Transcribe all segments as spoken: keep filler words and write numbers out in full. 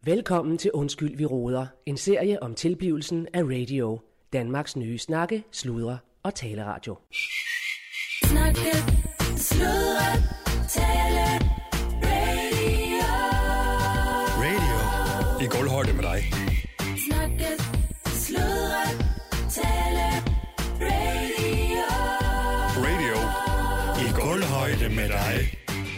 Velkommen til Undskyld, vi roder. En serie om tilblivelsen af radio. Danmarks nye snakke, sludre og taleradio. Snakke, sludre, tale, radio. Radio i gulvhøjde med dig. Snakke, sludre, tale, radio. Radio i gulvhøjde med dig.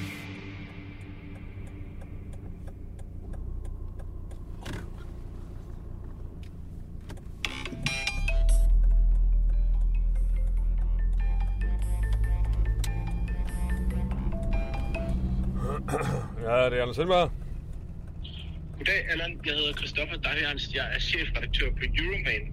Ja, det er Anders Sindberg. Goddag, Allan. Jeg hedder Christoffer Dahjernst. Jeg er chefredaktør på Euroman.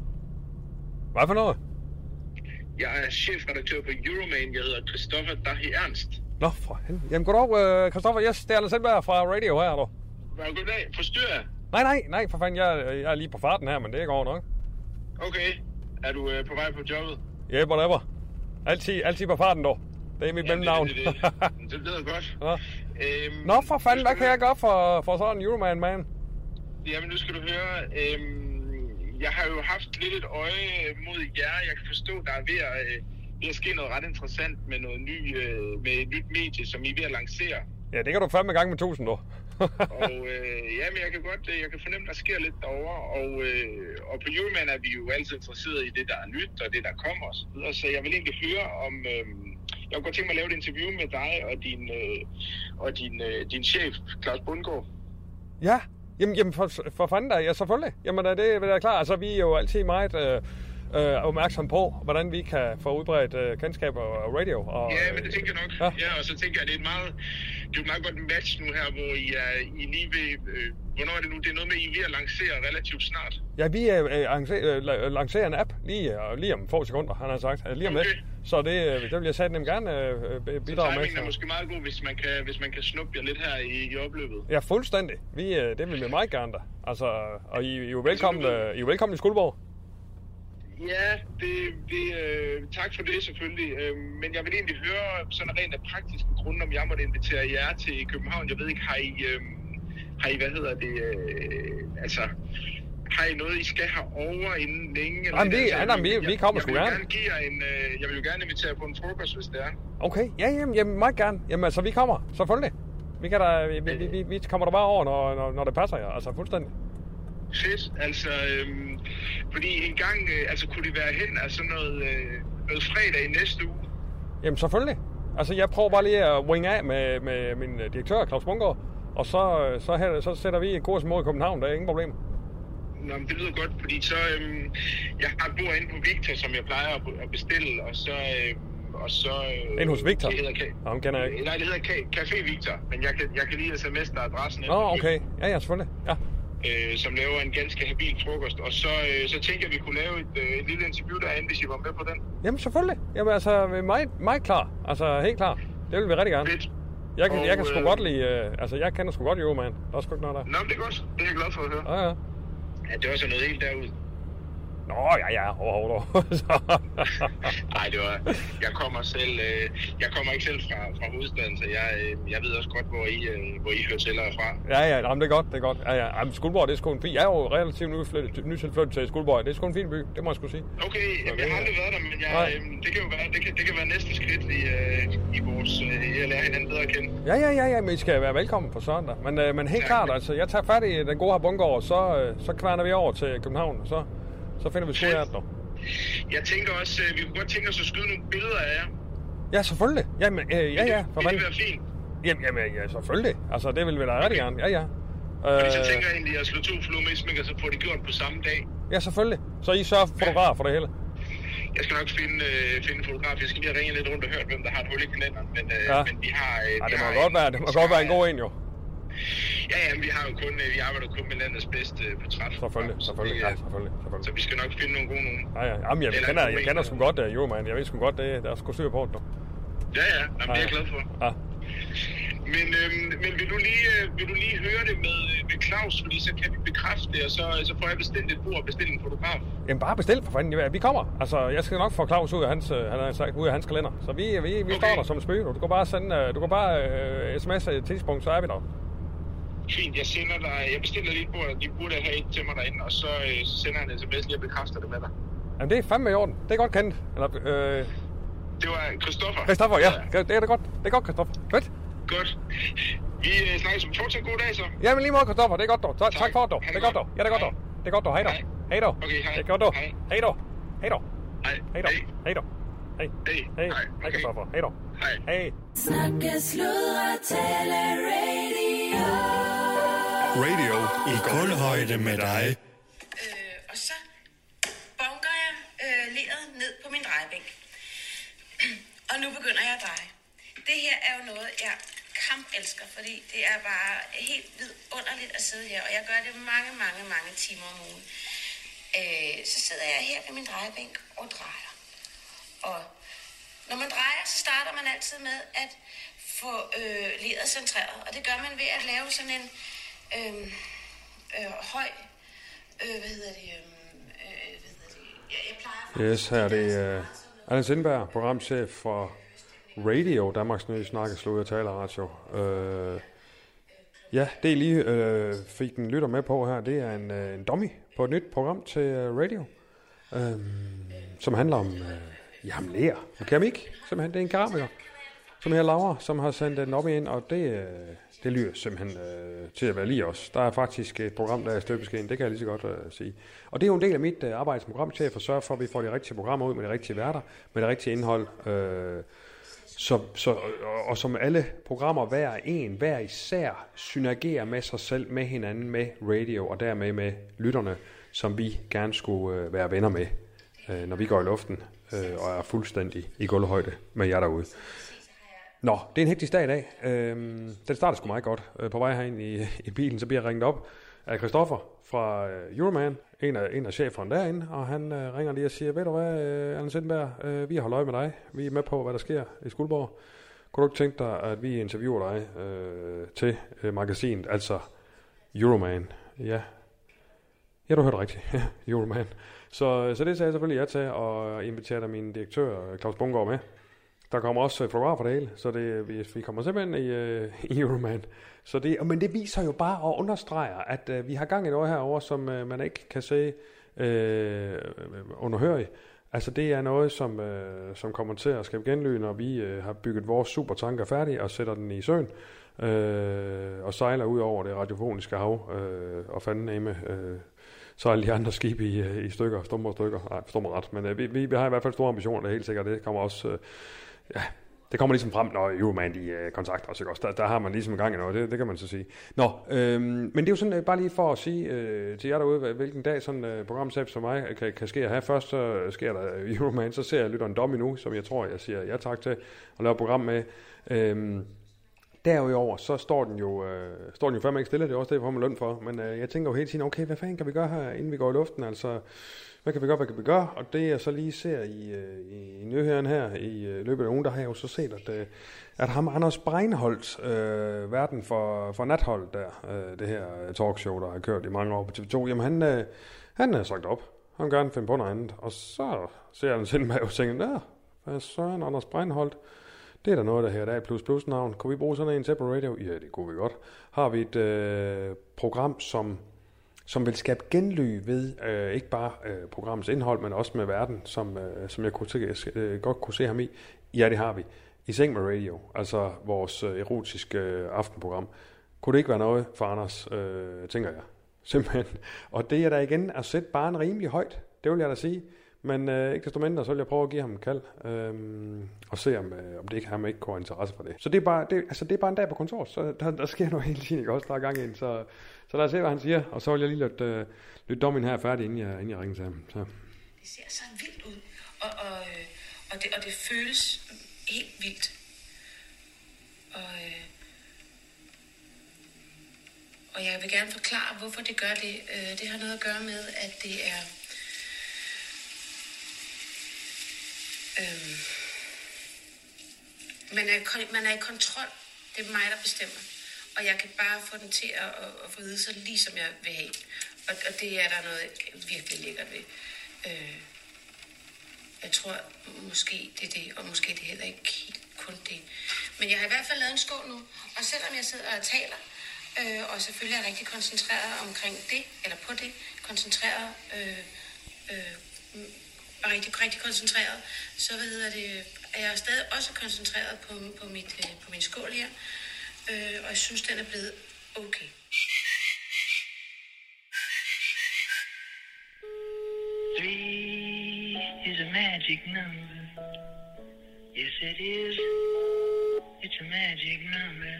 Hvad for noget? Jeg er chefredaktør på Euroman. Jeg hedder Christoffer Dahjernst. Nå, for helvede. Jamen, goddag, uh, Christoffer. Yes, det er Anders Sindberg fra Radio her, du. Hvad, goddag. Forstyrrer jeg? Nej, nej, nej, for fanden. Jeg, jeg er lige på farten her, men det går nok. Okay. Er du uh, på vej på jobbet? Ja, yeah, whatever. Altid, altid på farten, du. Det er mit mellemnavn. Det, det, det, det lyder godt. Ja. Øhm, Nå, for fanden, hvad kan jeg gøre for, for sådan en Euroman, man? Jamen, nu skal du høre. Øhm, jeg har jo haft lidt et øje mod jer. Jeg kan forstå, der er ved at, øh, ved at ske noget ret interessant med noget ny, øh, med et nyt medie, som I er ved at lancere. Ja, det kan du fandme gang med tusind, du. og øh, ja, men jeg kan godt, jeg kan fornemme, der sker lidt derovre, og, øh, og på Euroman er vi jo altid interesseret i det, der er nyt, og det, der kommer og så videre, så jeg vil egentlig høre om, øh, jeg kunne godt tænke mig at lave et interview med dig og din, øh, og din, øh, din chef, Claus Bundgaard. Ja, jamen, jamen for, for fanden da, ja selvfølgelig, jamen det er da klart, altså vi er jo altid meget øh, øh, opmærksom på, hvordan vi kan få udbredt øh, kendskab og radio. Og, ja, men det tænker jeg nok, ja. ja, og så tænker jeg, det er et meget, det er et meget godt match nu her, hvor I er I lige ved, øh, hvornår er det nu, det er noget med, I er ved at lancere relativt snart. Ja, vi er øh, lancerer en app lige, lige om få sekunder, han har sagt, lige om okay. lidt. Så det, det vil jeg sætte dem gerne øh, bidrage med. Så timingen er måske meget god, hvis man kan, hvis man kan snuppe jer lidt her i, i opløbet. Ja, fuldstændig. Vi, det vil vi meget gerne da. Altså, og I, I er jo velkommen, I er jo velkommen i Skuldborg. Ja, det, det, øh, tak for det selvfølgelig. Øh, men jeg vil egentlig høre sådan rent af praktiske grunde, om jeg måtte invitere jer til København. Jeg ved ikke, har I, øh, har I hvad hedder det, øh, altså... Har I noget, I skal have over inden længe? Eller jamen, det, altså, ja, jamen, vi, vi kommer sgu gerne. gerne give jer en, øh, jeg vil jo gerne invitere på en frokost, hvis det er. Okay, ja, jamen, jamen meget gerne. Jamen, altså, vi kommer, selvfølgelig. Vi, kan da, vi, vi, vi, vi kommer der bare over, når, når, når det passer jer, altså fuldstændig. Fedt, altså, øhm, fordi en gang, øh, altså, kunne det være hen af sådan noget, øh, noget fredag i næste uge? Jamen, selvfølgelig. Altså, jeg prøver bare lige at wing af med, med min direktør, Claus Bundgaard, og så, så, her, så sætter vi en kurs mod København, der er ingen problem. Nå, men det lyder godt, fordi så, øhm, jeg har bor inde på Victor, som jeg plejer at bestille, og så, øhm, og så... Øh, inde hos Victor? Det hedder, Nå, ham kender jeg ikke. Nej, det hedder Café Victor, men jeg kan, jeg kan lige sms'e dig adressen. Nå, okay. Ja, ja, selvfølgelig. Ja. Øh, som laver en ganske habil frokost, og så, øh, så tænker jeg, at vi kunne lave et, øh, et lille interview derinde, hvis I var med på den. Jamen, selvfølgelig. Jamen, altså, meget, meget klar. Altså, helt klar. Det vil vi rigtig gerne. Fedt. Jeg kan, og, jeg kan sgu øh, godt lide... Øh, altså, jeg kender sgu godt Euroman. Der er sgu ikke noget der. Nå, men det er godt. Det er jeg glad for at høre. Ja, ja. Ja, det er også noget helt derude. Nå, ja, ja, overhovedet. Nej, det var... Jeg kommer selv... Øh, jeg kommer ikke selv fra, fra hovedstaden, så jeg, øh, jeg ved også godt, hvor I, øh, hvor I hører til fra. Ja, ja, jamen, det er godt, det er godt. Ja, ja. Jamen, Skuldborg, det er sgu en fin... Jeg er jo relativt nytilflyttet til Skuldborg. Det er sgu en fin by, det må jeg sgu sige. Okay, jamen, jeg har aldrig været der, men jeg, øh, det kan jo være, det kan, det kan være næste skridt i, øh, i vores... Øh, at lære hinanden bedre at kende. Ja, ja, ja, ja, men I skal være velkommen på søndag. Men, øh, men helt ja, klart, altså, jeg tager fat i den gode her Bundgaard, og så, øh, så kværner vi over til København, og så... Så finder vi sgu her nu. Jeg tænker også, vi kunne godt tænke os at skyde nogle billeder af jer. Ja, selvfølgelig. Jamen, øh, ja, ja. For det vil være fint. Jamen, jamen, ja, selvfølgelig. Altså, det vil vi da rigtig gerne. Ja, ja. Fordi øh... så tænker jeg egentlig, at slå to fluer med smæk, og så får det gjort på samme dag. Ja, selvfølgelig. Så I sørger for fotograf for det hele. Jeg skal nok finde, øh, finde en fotograf. Jeg skal lige ringe lidt rundt og høre, hvem der har et hul i kalenderen. Men, øh, ja. men vi har... Øh, ja, vi det må har godt en, være, det må godt være en god en, jo. Ja, ja, vi har jo kun, vi arbejder kun med landets bedste portræt. Selvfølgelig, selvfølgelig, ja, selvfølgelig, selvfølgelig. Så vi skal nok finde nogle gode nogen. Ja, ja, jamen, jeg, kender, jeg kender sgu godt uh, Euroman. Jeg ved sgu godt, det, der er sgu styr på det nu. Ja, ja, jamen, det er jeg glad for. Ja. Men, øhm, men vil, du lige, vil du lige høre det med, med Claus, fordi så kan vi bekræfte det, og så, så får jeg bestilt et bord og bestilt en fotograf. Jamen bare bestil for fanden, vi kommer. Altså, jeg skal nok få Claus ud af hans, han har sagt, ud af hans kalender. Så vi, vi, vi okay. står der som spøger. Du kan bare sende, du kan bare uh, sms'e et tidspunkt, så er vi der. Fint, jeg sender dig, jeg bestiller lige et bord, de burde have et til mig derinde, og så øh, sender jeg en sms lige og bekræfter det med dig. Jamen, det er fandme i orden. Det er godt kendt. Eller, øh... Det var Christoffer. Christoffer, ja. ja. Det er det godt. Det er godt, Christoffer. Fedt. Godt. Vi øh, snakkes om fortsat god dag, så. Jamen lige måde, Christoffer. Det er godt, dog. Tak, tak for det, dog. Ha' Det er godt, dog. Ja, det er godt, dog. Det er godt, dog. Hej, dog. Hej, dog. Okay, hej. Det er godt, dog. Hej. Hej, dog. Hej, dog. Hej. Hej, dog. Hej, dog. Hej. Hej. Hej. Hej. Hej, Christoffer. Hej, dog. Hej. Hej. Snakke, sludre, tale, radio. Radio i kulhøjde med dig. Øh, og så bunker jeg øh, leret ned på min drejebænk. Og nu begynder jeg at dreje. Det her er jo noget, jeg kamp-elsker, fordi det er bare helt vidunderligt at sidde her. Og jeg gør det mange, mange, mange timer om ugen. Øh, så sidder jeg her ved min drejebænk og drejer. Og når man drejer, så starter man altid med at få øh, leret centreret. Og det gør man ved at lave sådan en øh, øh, høj... Øh, hvad hedder det? Øh, hvad hedder det? Jeg, jeg plejer Yes, her er det uh, Allan Sindberg, programchef for Radio, Danmarks nye snakke, slud og taleradio. Uh, ja, det I lige uh, fik den lytter med på her, det er en, uh, en dummy på et nyt program til uh, Radio, uh, som handler om uh, jamen, ler og keramik. Simpelthen, det er en keramiker, som her Laura, som har sendt den op ind, og det, uh, det lyder simpelthen uh, til at være lige os. Der er faktisk et program, der er støbeskeen, det kan jeg lige så godt uh, sige. Og det er jo en del af mit uh, arbejde som programchef at sørge for, at vi får de rigtige programmer ud med de rigtige værter, med det rigtige indhold. Uh, så, så, og, og som alle programmer, hver en, hver især, synergerer med sig selv, med hinanden, med radio, og dermed med lytterne, som vi gerne skulle uh, være venner med, uh, når vi går i luften uh, og er fuldstændig i gulvhøjde med jer derude. Nå, det er en hektisk dag i dag. Øhm, den starter sgu meget godt. Øh, på vej herind i, i bilen, så bliver jeg ringet op af Christoffer fra øh, Euroman, en af, en af cheferne derinde, og han øh, ringer lige og siger, ved du hvad, øh, Allan Sindberg, øh, vi har holdt øje med dig. Vi er med på, hvad der sker i Skuldborg. Kunne du ikke tænke dig, at vi interviewer dig øh, til øh, magasinet, altså Euroman? Ja, ja du hørte rigtigt. Euroman. Så, så det sagde jeg selvfølgelig ja til, og inviterede min direktør, Claus Bungård, med. Der kommer også fotografer det hele, så det, vi, vi kommer simpelthen i, uh, i Euroman. Så det, men det viser jo bare og understreger, at uh, vi har gang i noget herovre, som uh, man ikke kan se uh, underhørig. Altså det er noget, som, uh, som kommer til at skabe genlyd, når vi uh, har bygget vores supertanker færdig og sætter den i søen. Uh, og sejler ud over det radiofoniske hav uh, og fanden nemme uh, sejler de andre skibe i, uh, i stykker, stumre stykker. Nej, stumre ret. Men uh, vi, vi har i hvert fald store ambitioner, det er helt sikkert. Det kommer også... Uh, Ja, det kommer ligesom frem, når Euroman de øh, kontakter os, ikke også? Der, der har man ligesom en gang i noget, det, det kan man så sige. Nå, øhm, men det er jo sådan, øh, bare lige for at sige øh, til jer derude, hvilken dag sådan et øh, programchef som mig kan, kan ske at have. Først så sker der Euroman, så ser jeg lytteren Dummy nu, som jeg tror, jeg siger ja tak til at lave et program med. Øhm, derudover, så står den jo, øh, står den jo fandme ikke stille, det er også det, vi får med løn for. Men øh, jeg tænker jo hele tiden, okay, hvad fanden kan vi gøre her, inden vi går i luften, altså... Hvad kan vi gøre, hvad kan vi gøre? Og det jeg så lige ser i, i, i nyhederen her, i løbet af ugen, der har jeg jo så set, at, at ham Anders Breinholt, øh, verden for, for Nathold der, øh, det her talkshow, der har kørt i mange år på T V to, jamen han, øh, han er sagt op. Han vil gerne finde på noget andet. Og så ser han selv med og tænker, ja, hvad søren, Anders Breinholt, det er der noget, der her, der er plus plus navn. Kunne vi bruge sådan en til på radio? Ja, det kunne vi godt. Har vi et øh, program, som... som vil skabe genlyd ved øh, ikke bare øh, programmets indhold, men også med verden, som, øh, som jeg kunne se, øh, godt kunne se ham i. Ja, det har vi. I Seng med Radio, altså vores øh, erotiske øh, aftenprogram. Kunne det ikke være noget for Anders, øh, tænker jeg. Simpelthen. Og det er der igen at sætte barn rimelig højt, det vil jeg da sige. Men øh, ikke desto mindre, så vil jeg prøve at give ham en kald, øh, og se om, øh, om det ikke ham ikke kunne have interesse for det. Så det er bare, det, altså, det er bare en dag på kontor, så der, der sker noget hele tiden, ikke også? Der er gang i en, så... Så lad os se, hvad han siger, og så vil jeg lige lade, uh, lidt dommen her færdig, inden jeg, inden jeg ringer til ham. Så. Det ser så vildt ud, og, og, og, det, og det føles helt vildt. Og, øh, og jeg vil gerne forklare, hvorfor det gør det. Øh, det har noget at gøre med, at det er... Øh, man, er, man er i kontrol. Det er mig, der bestemmer. Og jeg kan bare få den til at, at, at få vide så lige som jeg vil have. Og, og det er der noget virkelig lækkert ved. Øh, jeg tror måske det er det, og måske det heller ikke helt kun det. Men jeg har i hvert fald lavet en skål nu, og selvom jeg sidder og taler øh, og selvfølgelig er rigtig koncentreret omkring det, eller på det, koncentreret, øh, øh, og rigtig, rigtig koncentreret, så hvad hedder det, er jeg stadig også koncentreret på, på, mit, øh, på min skål her, øh, og jeg synes, den er blevet okay. Three is a magic number. Yes, it is. It's a magic number.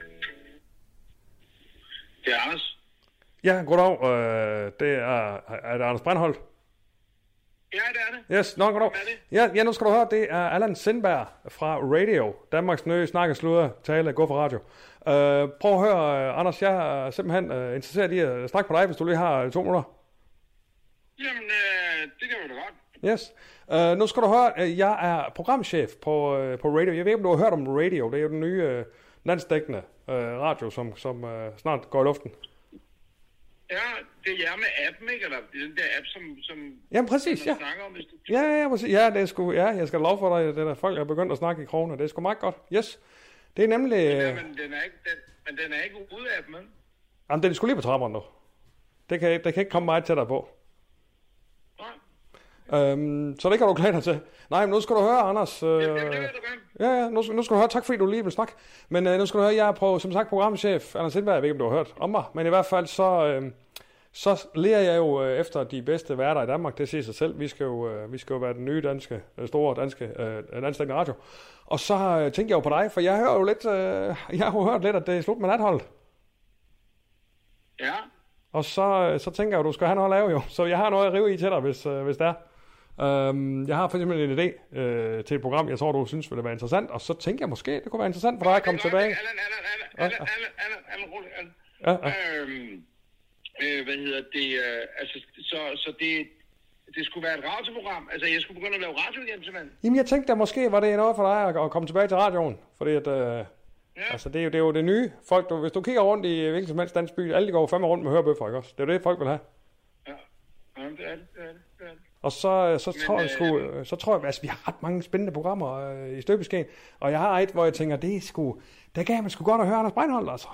Det er Anders. Ja, goddag. Øh, det er, er det Anders Breinholt? Ja, det er det. Yes, nå, goddag. Ja, ja, nu skal du høre, det er Allan Sindberg fra Radio, Danmarks nye snakke, sludder, tale, gå for radio. Øh, prøv at høre, uh, Anders, jeg er simpelthen uh, interesseret i at snakke på dig, hvis du lige har to minutter. Jamen, øh, det kan vi da godt. Yes. Uh, nu skal du høre, uh, jeg er programchef på, uh, på Radio. Jeg ved ikke, om du har hørt om Radio. Det er jo den nye uh, landsdækkende uh, radio, som, som uh, snart går i luften. Ja, det er jer med appen, ikke? Eller den der app, som... som Jamen præcis, ja. Om, hvis du... Ja, ja, præcis. Ja, det er sgu, ja, jeg skal love for dig, det der folk er begyndt at snakke i kroner. Det er sgu meget godt. Yes. Det er nemlig... Ja, men den er ikke, den, men den er ikke ude af appen, men... Jamen, den er sgu lige på trapperne nu. Det kan, det kan ikke komme meget tættere på. Øhm, så det kan du glæde dig til. Nej, men nu skal du høre, Anders. Øh, Jamen, det vil du gerne. Ja, ja, nu, nu skal du høre. Tak fordi du lige vil snakke. Men øh, nu skal du høre, jeg er på, som sagt, programchef Allan Sindberg. Jeg ved ikke, om du har hørt om mig. Men i hvert fald, så, øh, så lærer jeg jo øh, efter de bedste værter i Danmark. Det siger sig selv. Vi skal jo, øh, vi skal jo være den nye danske, øh, store danske, øh, landsdækkende radio. Og så øh, tænker jeg jo på dig, for jeg hører jo lidt, øh, jeg har jo hørt lidt, at det er slut med natholdet. Ja. Og så, så tænker jeg jo, du skal have noget at lave jo. Så jeg har noget at rive i til dig, hvis, øh, hvis det er. Um, jeg har for eksempel en idé øh, til et program, jeg tror, du synes ville være interessant. Og så tænker jeg måske, det kunne være interessant for dig at komme tilbage. Allan, Allan, Allan, Allan, Allan, rolig, Allan. Ja, ja. Øhm, øh, hvad hedder det? Øh, altså, så, så det, det skulle være et radioprogram. Altså, jeg skulle begynde at lave radio igen, simpelthen. Jamen, jeg tænkte, at måske var det noget for dig at, at komme tilbage til radioen. Fordi at, øh, ja. altså, det er, jo, det er jo det nye. Folk, du, hvis du kigger rundt i hvilken som helst dansk by, alle de går fandme rundt med hørebøffer, ikke også? Det er jo det, folk vil have. Ja, jamen, det er det, det er det, det er det. Og så, så, Men, tror jeg, sgu, øh, så tror jeg, altså vi har ret mange spændende programmer øh, i støbeskeen. Og jeg har et, hvor jeg tænker, det er sgu, der gav man sgu godt at høre Anders Breinholt, altså.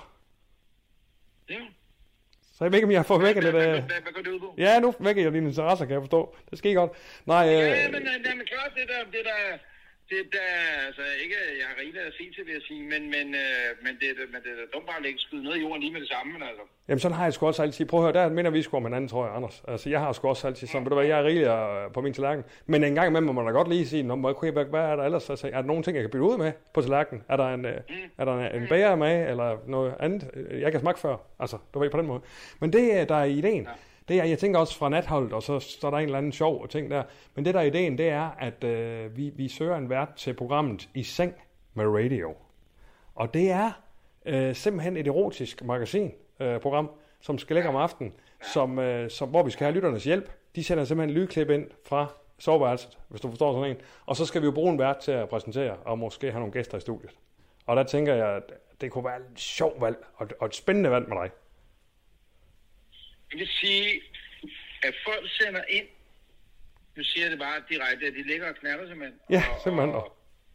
Ja. Så jeg ved ikke, om jeg har fået vækket lidt... Hvad, Øh... hvad, hvad, hvad går det ud på? Ja, nu vækker jeg dine interesser, kan jeg forstå. Det skal I godt. Nej, øh... Ja, men, ja, men klart, det der, det der, det der, altså ikke, jeg har rigeligt at se til, vil jeg sige, men, men, øh, men det, men det er dumt bare at lægge skyde noget i jorden lige med det samme, men altså. Jamen sådan har jeg sgu også altid. Prøv at høre, der minder vi sgu om hinanden, tror jeg, Anders. Altså jeg har sgu også altid sådan, ved du hvad, jeg er rigelig på min tallerken. Men en gang imellem må man da godt lige sige, okay, hvad, hvad er der ellers? Altså, er der nogle ting, jeg kan bytte ud med på tallerkenen? Er der en, mm. er der en, en bager med, eller noget andet, jeg kan smage før? Altså, du ved på den måde. Men det, der er ideen, ja. Det er, jeg tænker også fra natholdet, og så står der en eller anden sjov ting der. Men det der er ideen, det er, at øh, vi, vi søger en vært til programmet I Seng med Radio. Og det er øh, simpelthen et erotisk magasin-program, øh, som skal ligge om aftenen, som, øh, som, hvor vi skal have lytternes hjælp. De sender simpelthen lydklip ind fra soveværelset, hvis du forstår sådan en. Og så skal vi jo bruge en vært til at præsentere, og måske have nogle gæster i studiet. Og der tænker jeg, at det kunne være et sjovt valg, og, og et spændende valg med dig. Jeg vil sige, at folk sender ind, nu siger jeg det bare direkte, at de ligger og knaller simpelthen. Ja, og, simpelthen. Og,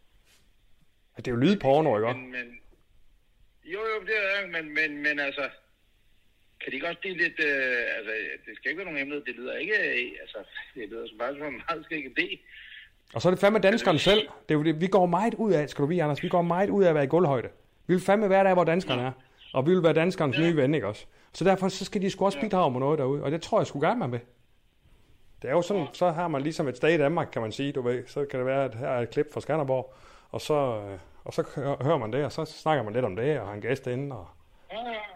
det er jo lydporno, ikke? Men, men, jo, jo, det er det, men, men, men altså, kan de ikke også blive lidt, øh, altså, det skal ikke være nogen hemmelighed, det lyder ikke, altså, det lyder så bare som en meget skæg idé. Og så er det fandme danskerne selv. Det er jo det, vi går meget ud af, skal du vide, Anders, vi går meget ud af at være i gulvhøjde. Vi vil fandme være der, hvor danskerne er. Og vi vil være danskernes ja. nye ven, ikke også? Så derfor så skal de sgu også bidrage med noget derude, og det tror jeg sgu gerne, man med. Det er jo sådan, så har man ligesom et sted i Danmark, kan man sige, du ved, så kan det være, at her er et klip fra Skanderborg, og så, og så hører man det, og så snakker man lidt om det, og har en gæst inde, og... Ja,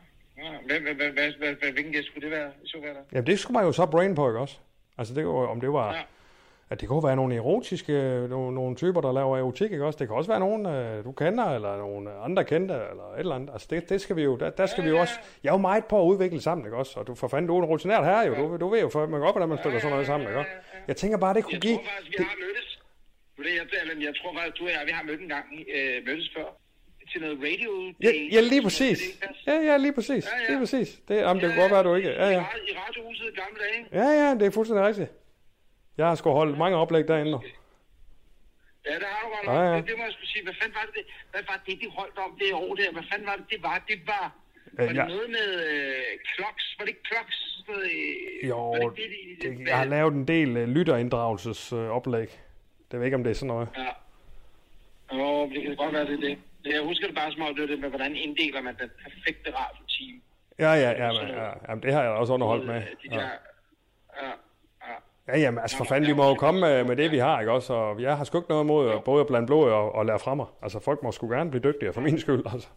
ja. Hvilken gæst skulle det være, så være der? Jamen det skulle man jo så brain på, ikke også? Altså det var, om det var... Ja. At det kunne være nogle erotiske, nogle, nogle typer, der laver erotik, ikke også? Det kan også være nogen, du kender, eller nogle andre kendte, eller et eller andet. Altså, det, det skal vi jo, der, der skal ja, vi jo også... Jeg er jo meget på at udvikle sammen, ikke også? Og du får fanden, du er en rutinært her, jo. Ja. Du, du ved jo, for man går op, hvordan man stykker sådan noget sammen, ikke også? Jeg tænker bare, det kunne jeg give... Jeg tror faktisk, vi har mødtes. Jeg, jeg tror faktisk, du og jeg, vi har mødt en gang, øh, mødtes før. Til noget radio... Ja, ja, lige præcis. Ja, ja, lige præcis. Ja, ja. Lige præcis. Det, jamen, det ja, kunne godt være, du ikke... Ja, ja. I radiohuset i gamle dage. Ja, ja, det er fuldstændig rigtigt. Jeg har sgu holdt mange oplæg derinde nu. Ja, det har du godt. Ja, ja. Det, det må jeg skulle sige. Hvad fanden var det, hvad var det, de holdt om det år der? Hvad fanden var det, det var? Det var... Var det ja. noget med øh, kloks? Var det ikke kloks? Øh, Jo, var det, det, det, det, det, jeg har lavet en del uh, lytterinddragelsesoplæg. Uh, det ved ikke, om det er sådan noget. Ja. Jo, det kan godt være, det er det. Jeg husker det bare som om, det var det med, hvordan inddeler man den perfekte radioteam. Ja, ja, ja, men, ja, ja, det har jeg også underholdt med. De der, ja. Ja, Ja, jamen, altså for fanden, vi må jo komme med, med det, vi har, ikke også? Og jeg har sgu ikke noget imod både at blande blod og, og lære fra mig. Altså, folk må sgu gerne blive dygtigere for min skyld, altså.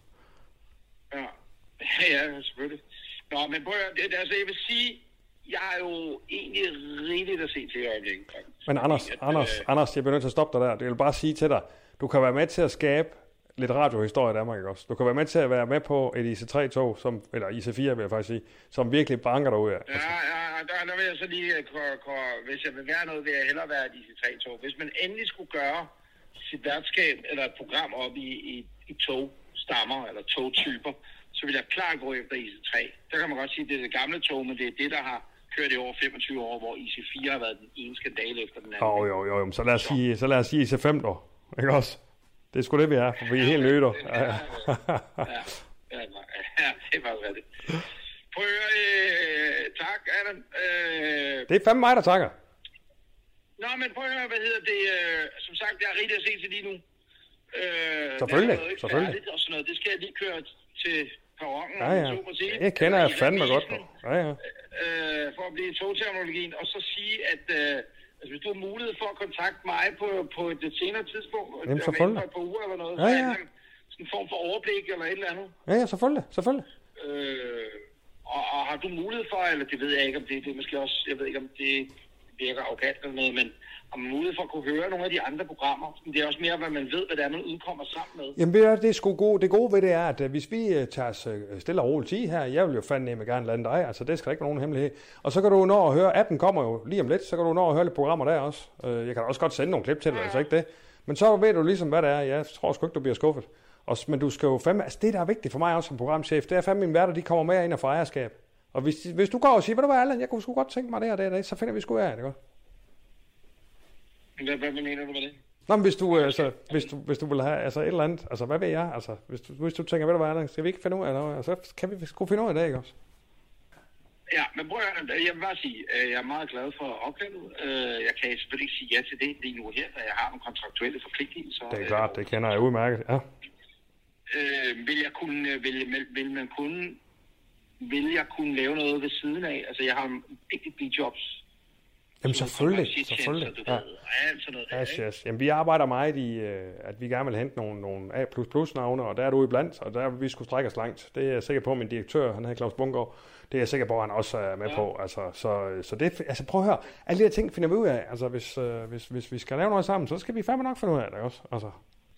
Ja, ja, selvfølgelig. Nå, men prøv at høre, altså, jeg vil sige, jeg er jo egentlig rigeligt at se til i øjeblikket. Men Anders, at, Anders, øh... Anders, jeg bliver nødt til at stoppe dig der. Jeg vil bare sige til dig, du kan være med til at skabe lidt radiohistorie i Danmark, ikke også? Du kan være med til at være med på et I C tre tog, som, eller I C fire vil jeg faktisk sige, som virkelig banker derude af. Ja, ja, der, der vil jeg så lige, hvis jeg vil være noget, vil jeg hellere være et I C tre tog. Hvis man endelig skulle gøre sit værtskab eller et program op i, i, i togstammer eller togtyper, så vil jeg klart gå efter I C tre. Der kan man godt sige, at det er det gamle tog, men det er det, der har kørt i over femogtyve år, hvor I C fire har været den ene skandale efter den anden. Jo, jo, jo, jo. Så lad os sige, så lad os sige I C fem dog, ikke også? Det er sgu det, vi er, for vi er helt nye, dog. Ja, ja, ja, ja, det var rigtigt. Prøv at høre, øh, tak, Adam. Øh, det er fandme mig, der takker. Nå, men prøv at høre, hvad hedder det? Øh, som sagt, jeg er rigtig at se til lige nu. Øh, selvfølgelig, selvfølgelig. Færdigt og sådan noget. Det skal jeg lige køre til perronen. Ja, ja. Sige. Det kender jeg fandme godt. Ja, ja. Øh, for at blive togterminologien, og så sige, at øh, altså, hvis du har mulighed for at kontakte mig på, på et lidt senere tidspunkt, jamen, selvfølgelig. et par uger eller noget, ja, ja. så er det sådan en form for overblik eller et eller andet. Ja, ja, selvfølgelig, selvfølgelig. Øh, og, og har du mulighed for, eller det ved jeg ikke, om det, det er måske også, jeg ved ikke, om det virker arrogant eller noget, men har man mulighed for at kunne høre nogle af de andre programmer? Det er også mere, hvad man ved, hvad det er, man udkommer sammen med. Jamen, det er sgu gode. Det gode ved det er, at hvis vi tager os stille og roligt i her, jeg vil jo fandme gerne lande dig, altså det skal ikke være nogen hemmelighed. Og så kan du nå at høre, appen kommer jo lige om lidt, så kan du nå at høre lidt programmer der også. Jeg kan da også godt sende nogle klip til dig, ja. Altså ikke det. Men så ved du ligesom, hvad det er. Jeg tror sgu ikke, du bliver skuffet. Og, men du skal jo fandme, altså det, der er vigtigt for mig også som programchef, det er fandme mine værter, de kommer med ind og får ejerskab. Og hvis, hvis du går og siger, ved du hvad, Allan, jeg kunne sgu godt tænke mig det og det og det, så finder vi sgu af det godt. Hvad, hvad mener du med det? Nå, men hvis du, altså, hvis du, hvis du vil have altså et eller andet, altså hvad ved jeg, altså hvis du, hvis du tænker, ved du hvad, skal vi ikke finde ud af noget, altså, så kan vi sgu finde ud af det, ikke også? Ja, men prøv at, jeg vil bare sige, jeg er meget glad for opkaldet. Jeg kan selvfølgelig ikke sige ja til det lige nu her, da jeg har nogle kontraktuelle forpligtelser. Det er klart, det kender jeg udmærket, ja. Øh, vil jeg kunne, vil, vil man kunne, vil jeg kunne lave noget ved siden af? Altså, jeg har vigtige bijobs. Jamen selvfølgelig, selvfølgelig. Ja. Yes, yes. Jamen vi arbejder meget i, at vi gerne vil hente nogle, nogle A plus plus navne, og der er du iblandt, og der er vi skulle strække os langt. Det er jeg sikker på, min direktør, han hedder Claus Bungård, det er jeg sikker på, at han også er med ja. på. Altså, så, så det, altså prøv at høre, alle de her ting finder vi ud af. Altså hvis, hvis, hvis vi skal lave noget sammen, så skal vi fandme nok finde ud af det også. Altså.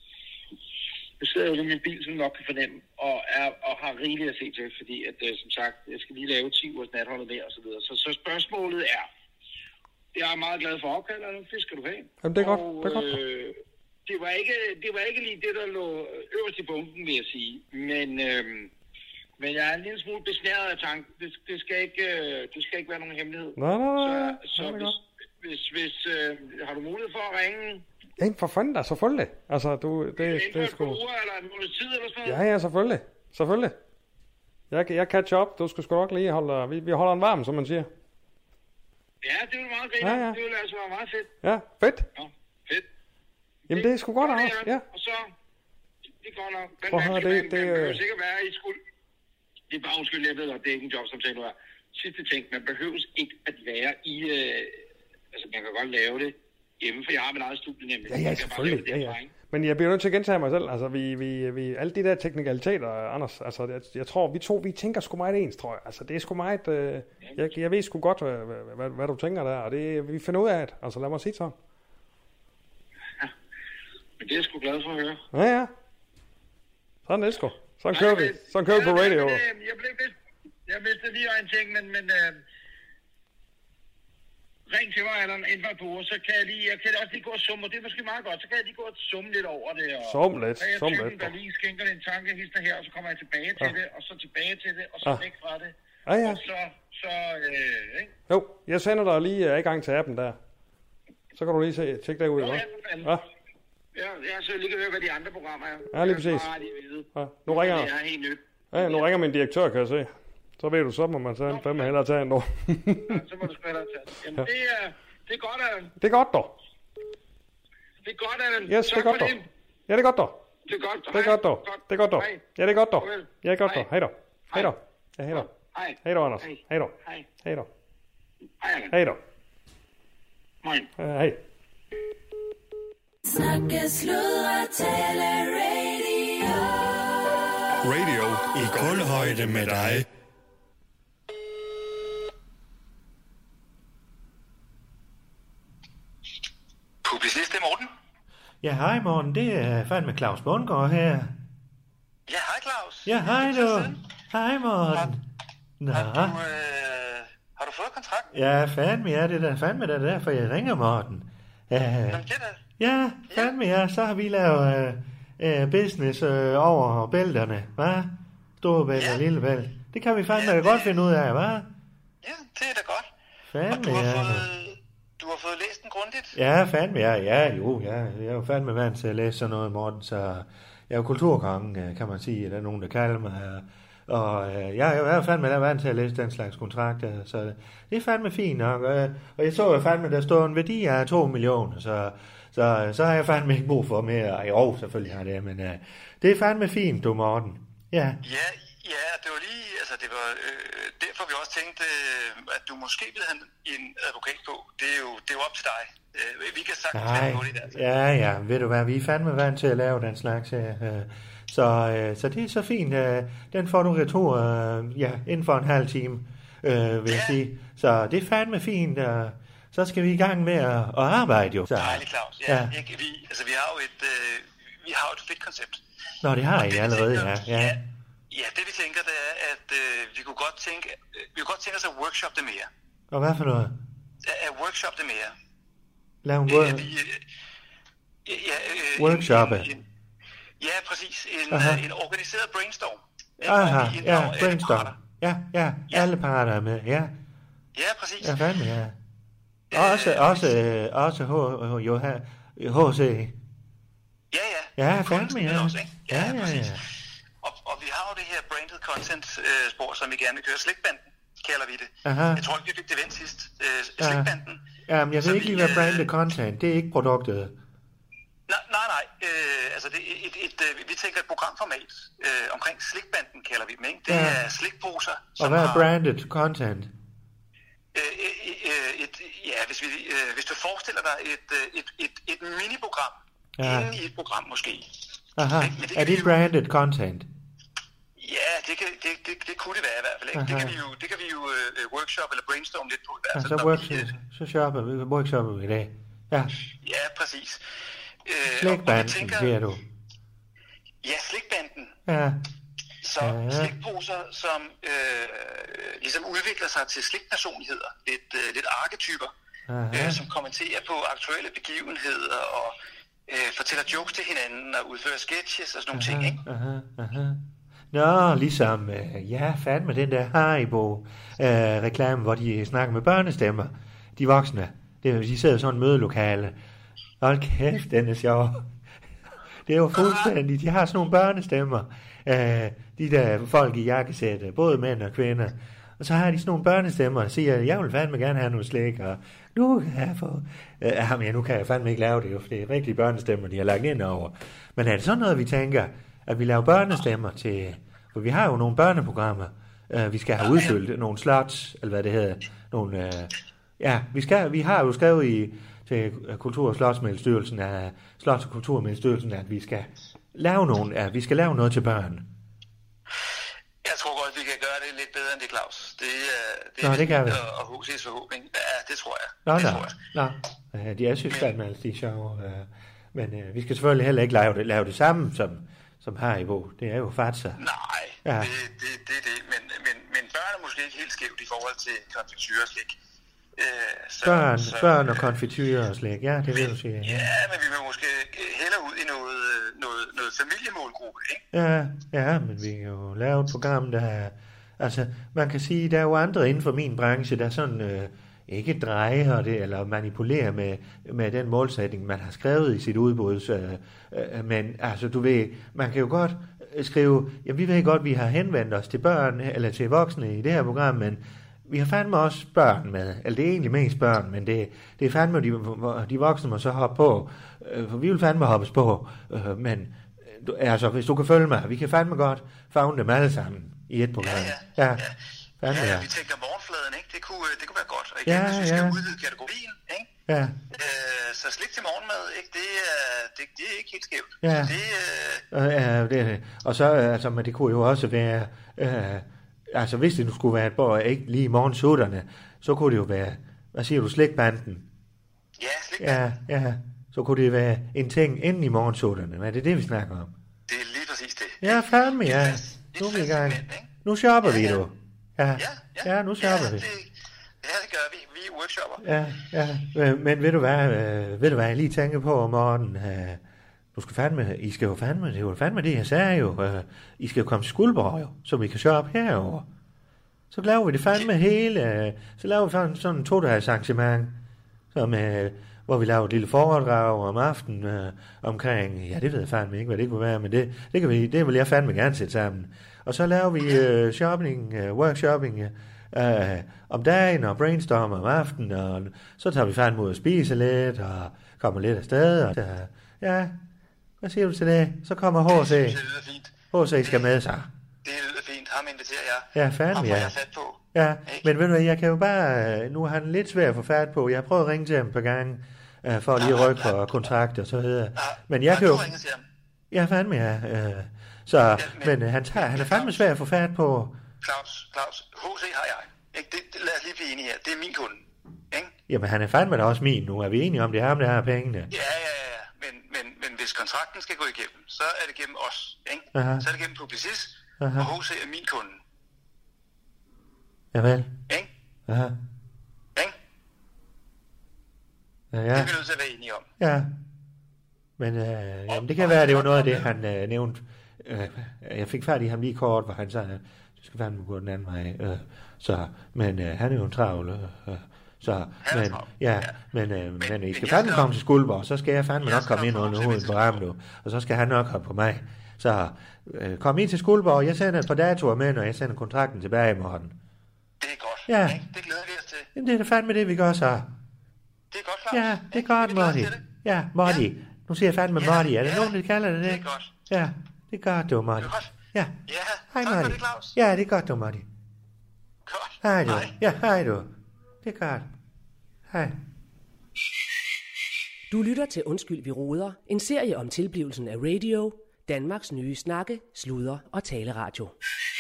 Jeg sidder jo i min bil, som nok kan fornemme, og, er, og har rigeligt at se til, fordi at, som sagt, jeg skal lige lave ti ugers natholdet med, og så videre. Så, så spørgsmålet er, jeg er meget glad for opkalderne, det skal du have. Jamen, det er godt, og, det er godt. Øh, det, var ikke, det var ikke lige det, der lå øverst i bunken, vil jeg sige. Men, øh, men jeg er en lille smule besnæret af tanken. Det, det, skal ikke, det skal ikke være nogen hemmelighed. Nej, nej, nej. Så, så hvis, hvis, hvis øh, har du mulighed for at ringe? Jamen, for fanden da, selvfølgelig. Altså, du, det, det, det er sgu... Inden for et uger, eller en måneds tid, eller sådan noget? Ja, ja, selvfølgelig. Selvfølgelig. Jeg, jeg catch up. Du skal sgu nok lige holde... Vi, vi holder en varm, som man siger. Ja, det vil meget grine. Ja, ja. Det vil altså være meget fedt. Ja, fedt. Ja, fedt. Jamen, det er sgu godt, Anders. Ja. Og så, det er godt nok. Men man, man, det, man, det, man behøver sikkert være i skuld. Det er bare undskyld, jeg ved godt, det er ikke en job, som sagde nu er. Sidste ting, man behøves ikke at være i... Øh, altså, man kan godt lave det hjemme, for jeg har mit eget studie nemlig. Ja, ja, selvfølgelig. Ja, ja. Men jeg bliver nødt til at gentage mig selv. Altså, vi, vi, vi, alle de der teknikaliteter, Anders, altså, jeg, jeg tror, vi to, vi tænker sgu meget ens, tror jeg. Altså, det er sgu meget... Øh, jeg, jeg ved sgu godt, hvad, hvad, hvad, hvad du tænker der, og det, vi finder ud af det. Altså, lad mig sige sådan. Ja, men det er jeg sgu glad for at høre. Ja, ja. Sådan er det sgu. Sådan kører vi. Sådan kører vi på radio. Jeg, jeg blev vist, jeg vidste lige en ting, men... men øh, ring til mig, eller inden for et par uger, så kan jeg, lige, jeg kan også lige gå og summe, og det er måske meget godt, så kan jeg lige gå og summe lidt over det. Og summe lidt, så er jeg summe typen, lidt. der lige skænker en tanke, hister her, og så kommer jeg tilbage til ja. det, og så tilbage til det, og så ja. væk fra det. Ja, ja. Og så, så øh, ikke? Jo, jeg sender dig lige adgang til appen der. Så kan du lige se, tjekke det ud, hva'? Ja, ja, jeg så lige kan høre, hvad de andre programmer er. Ja, lige præcis. Ja, nu ringer jeg. Det er helt nyt. Ja, nu ringer min direktør, kan jeg se. Så ved du, så må man tage en femme hellere tage en nu. Ja, så må du sgu hellere tage den. Jamen, Ja. det, er, det er godt, Allan. Det er godt, dog. Det er godt, Allan. Yes, det er Tak godt, for dog. det. Ja, det er godt, dog. Det er godt. Det er godt, dog. Det er godt, dog. Hej. Ja, det er godt, dog. Farvel. Ja, det er godt, dog. Hej. Hej, dog. Hej, dog. Ja, hej, dog. Hej. Hej, dog, Anders. Hej. Hej, dog. Hej. Hej, dog. Hej, Allan. Hej, dog. Moin. Ja, hej. Snakke, sludre, tale, radio. Radio i kulhøjde med dig. Publicist, det er Morten. Ja, hej Morten, det er fandme Claus Bundgaard her. Ja, hej Claus. Ja, hej Det er du. siden. Hej Morten. Nå. Har du, øh, har du fået kontrakt? Ja, fandme ja, det er da fandme da derfor, jeg ringer Morten. Uh, Jamen, det er da. ja, fandme ja, så har vi lavet uh, uh, business uh, over bælterne, hva'? Storebælt Ja. og lillebælt. Det kan vi fandme Ja, da godt det- finde ud af, hva'? Ja, det er da godt. Og Fandme du har, ja. fået, du har fået læst den grundigt? Ja, fandme ja, ja, jo, ja. Jeg er jo fandme vant til at læse sådan noget, Morten, så jeg er jo kulturkongen, kan man sige, der er nogen, der kalder mig. Og øh, jeg er jo jeg er fandme der vant til at læse den slags kontrakter, så det er fandme fint nok. Og, og jeg så jo fandme, der står en værdi af to millioner, så, så, så har jeg fandme ikke brug for mere. Jo, selvfølgelig har det, men øh, det er fandme fint, du Morten. Ja. Ja, ja, det var lige, altså det var øh, derfor vi også tænkte, øh, at du måske ville have en advokat på. Det er jo, det er jo op til dig. Øh, vi kan sagtens Nej, lave det der. ja, ja, ved du hvad, vi er fandme vant til at lave den slags her. øh, Så, øh, så det er så fint. øh, Den får du retur, øh, ja, inden for en halv time, øh, vil jeg Ja. sige. Så det er fandme fint. øh, Så skal vi i gang med at, at arbejde jo. Så, Dejligt, Claus. Ja, Ja. ja. Ikke, vi, altså vi har jo et, øh, vi har jo et fedt koncept. Nå, det har Og I det, vi allerede, tænker- ja. ja. ja. Ja, det vi tænker, det er, at øh, vi kunne godt tænke, øh, vi kunne godt tænke os at workshop det mere. Og hvad for noget? At, at workshop det mere. Lav en Øh, wor- at vi, øh, ja, øh, Workshoppe. En, en, ja, præcis. En, Aha. øh, en organiseret brainstorm. Aha, Hvor vi inddrager ja, alle brainstorm. parter. Ja, ja, Ja. alle parter er med, ja. Ja, præcis. Ja, fandme, ja. Også, også, øh, også H, H, jo, her- H C. Ja, ja. Ja, Kunsten fandme, ja. Også, ikke? Ja, ja, præcis. ja. Og, og vi har jo det her branded content øh, spor, som vi gerne vil køre. Slikbanden kalder vi det. Aha. Jeg tror ikke, vi fik det vendt sidst. Øh, Ja. Slikbanden. Jamen, jeg Så ved ikke vi, lige, hvad øh, branded content, det er ikke produktet. Nej, nej, nej. Øh, altså det, er et, et, øh, vi tænker et programformat øh, omkring slikbanden, kalder vi dem, ikke? Det Ja. er slikposer, Og som hvad er har... branded content? Øh, øh, øh, et, ja, hvis, vi, øh, hvis du forestiller dig et, øh, et, et, et miniprogram, Ja. ja. inde i et program måske. Aha, Men det er kan det vi jo- branded content? Ja, det, kan, det, det, det kunne det være i hvert fald. Ikke? Det Aha. kan vi jo, det kan vi jo øh, workshop eller brainstorm lidt på i hvert Ja, fald. så, når workshop, vi, øh, så shopper vi, workshopper vi i dag. Ja, Ja, præcis. Øh, og- og vi slægbanden, tænker- siger du. Ja, slikbanden. Ja, Så Ja. ja. slikposer, som øh, ligesom udvikler sig til slikpersonligheder, lidt, øh, lidt arketyper, Aha. øh, som kommenterer på aktuelle begivenheder og øh, fortæller jokes til hinanden og udfører sketches og sådan nogle ting, ikke? aha, aha. Nå, ligesom, øh, ja, fandme den der Haribo-reklame, hvor de snakker med børnestemmer. De voksne. Det, de sidder i sådan en mødelokale. Hold kæft, den er sjov. Det er jo fuldstændig, de har sådan nogle børnestemmer. Øh, de der folk i jakkesæt, både mænd og kvinder. Og så har de sådan nogle børnestemmer, og siger, jeg vil fandme gerne have noget slik, og nu kan jeg få... Øh, jamen, ja, nu kan jeg fandme ikke lave det, jo, for det er rigtige børnestemmer, de har lagt ind over. Men er det sådan noget, vi tænker, at vi laver børnestemmer til... For vi har jo nogle børneprogrammer, øh, vi skal have udfyldt, nogle slots, eller hvad det hedder. Nogle, øh, ja, vi, skal, vi har jo skrevet i, til Kultur- og Slotsmiddelstyrelsen, af Slots- og Kulturmiddelstyrelsen, at vi skal lave nogle, at vi skal lave noget til børn. Jeg tror godt, vi kan gøre det lidt bedre end det, Claus. Det, er- det, Nå, er det kan vi. Og, og H C's forhåbning. Ja, det tror jeg. Nå, det nå, tror jeg. nå. Øh, de er synes fandme altid de er sjove. øh, Men øh, vi skal selvfølgelig heller ikke lave det, lave det samme som, som Haribo. Det er jo fatser. Nej, Ja. det, det, det er det. Men, men, men børn er måske ikke helt skævt i forhold til konfitureslik. Øh, så, Børn, så, børn og konfiturer og slik. Ja, det vil du sige. Ja, men vi vil måske hellere ud i noget, noget, noget familiemålgruppe, ikke? Ja, ja, men vi kan jo lave et program, der er... Altså, man kan sige, der er jo andre inden for min branche, der sådan øh, ikke drejer det, eller manipulerer med, med den målsætning, man har skrevet i sit udbud. Øh, øh, men altså, du ved, man kan jo godt skrive, ja, vi ved godt, vi har henvendt os til børn, eller til voksne i det her program, men vi har fandme også børn med, eller det er egentlig mest børn, men det, det er fandme, de, de voksne må så hoppe på, øh, for vi vil fandme hoppes på, øh, men du, altså, hvis du kan følge mig, vi kan fandme godt favne dem alle sammen i et program. Ja, ja. ja. Fandme, ja, ja. vi tænker morgenfladen, ikke? Det kunne, det kunne være godt. Og igen, Ja, hvis vi skal ja. udvide kategorien, ikke? Ja. Øh, så slik til morgenmad, ikke? Det er, det, det er ikke helt skævt. Ja. Så det, øh... Øh, ja, det er det. Og så, altså, men det kunne jo også være, øh, altså hvis det nu skulle være et borg, ikke lige morgensutterne, så kunne det jo være, hvad siger du, slikbanden? Ja, slikbanden. Ja, ja. Så kunne det være en ting inden i morgensutterne. Hvad er det det, vi snakker om? Det er lige præcis det. Ja, fandme, ja. Nu er vi i gang. Nu shopper vi, du. Ja, Ja, ja. ja, nu shopper ja, vi. det, ja, det gør vi. Vi er workshopper. Ja, ja. Men, men ved du hvad, øh, ved du hvad, jeg lige tænker på, Morten, øh, du skal fandme, I skal jo fandme, det er jo fandme det, jeg sagde jo, øh, I skal jo komme til Skuldborg jo, så vi kan shoppe herovre. Så laver vi det fandme hele, øh, så laver vi fandme sådan en to-dages arrangement, som, øh, hvor vi laver et lille foredrag om aftenen øh, omkring, ja, det ved jeg fandme ikke, hvad det kunne være, men det, det, kan vi, det vil jeg fandme gerne sætte sammen. Og så laver vi øh, shopping, øh, workshopping øh, om dagen og brainstorm om aftenen, og så tager vi fandme ud og spise lidt, og kommer lidt afsted, og øh, ja, hvad siger du til det? Så kommer H C. Det lyder fint. H C skal med sig. Det lyder fint. Ham inviterer jeg. Ja, fandme, Ham får ja. jeg fat på. Ja, Ikke? men ved du hvad, jeg kan jo bare, nu har han lidt svært at få fat på, jeg har prøvet at ringe til ham et par gange, øh, for lige at rykke på kontrakt og så videre. Men jeg Har kan jo... du ringet til ham? Ja, fandme, ja. Øh, så, men øh, han, tager, han er fandme svær at få fat på. Claus, Claus, H C har jeg. Ikke? Det, det, lad os lige blive enige her. Det er min kunde. Ikke? Jamen, han er fandme da også min nu. Er vi enige om, det er ham, der har pengene? Ja, ja, ja. Men, men, men hvis kontrakten skal gå igennem, så er det gennem os. Ikke? Aha. Så er det gennem Publicis, Aha. og H C er min kunde. Javel. Ikke? Aha. Ikke? Ja, Det ja. er vi nødt til at være enige om. Ja. Men øh, jamen, det kan være, at det var noget af det, han øh, nævnte. Øh, jeg fik fat i ham lige kort, hvor han sagde, du skal fandme gå den anden vej. Øh, så, men øh, han er jo en travl. Øh, så, men, ja, men, øh, men, men I skal fandme komme til Skuldborg, så skal jeg fandme nok komme ind under hovedet på ham nu. Og så skal han nok komme på mig. Så øh, kom ind til Skuldborg, jeg sender et par datoer med, når jeg sender kontrakten tilbage i morgen. Det er godt. Ja. Ikke? Det glæder vi os til. Jamen, det er da fandme det, vi gør så. Det er godt, Claus. Ja, det er godt, Morty. Ja, Morty. Nu siger jeg fandme Morty. Er der nogen, der kalder det det? Det er godt. Ja, det er godt, du, Morty. Det er godt. Ja. Ja, Hej, tak for Morty. det, Claus. Ja, det er godt, du, Morty. Godt. Hej, du. Hej. Ja, hej, du. Det er godt. Hej. Du lytter til Undskyld, vi roder, en serie om tilblivelsen af radio, Danmarks nye snakke, sludre og taleradio.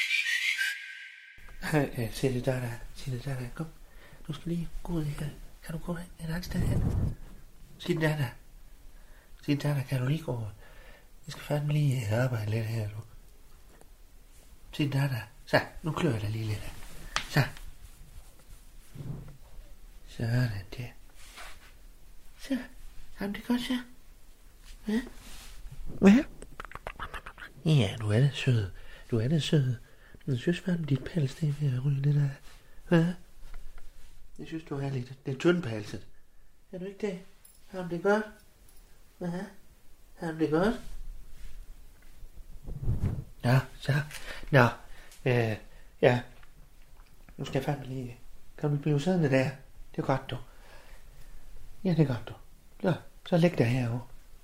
Hej, øh, sig det der, der. Sig det der, der. Kom. Du skal lige gå ud her. Kan du gå et andet sted hen? Sig det der, der. Sig det der, der. Kan du lige gå? Jeg skal fandme lige arbejde lidt her, du. Sig det der, der. Så, nu klør jeg dig lige lidt. Så. Sådan der. Så. Jamen, det er godt, så. Ja. Hvad? Ja, du er da sød. Du er da sød. Jeg synes fandme, dit pels, det er ved at ryge det der. Hvad? Jeg synes, du er lidt, lidt tyndpelset. Er du ikke det? Jamen, det er godt. Hvad? Jamen, det er godt. Nå, så. Nå. Øh, ja. Nu skal jeg fandme lige... Kan du blive siddende der? Det er godt, du. Ja, det er godt, du. Ja, så læg dig herovre.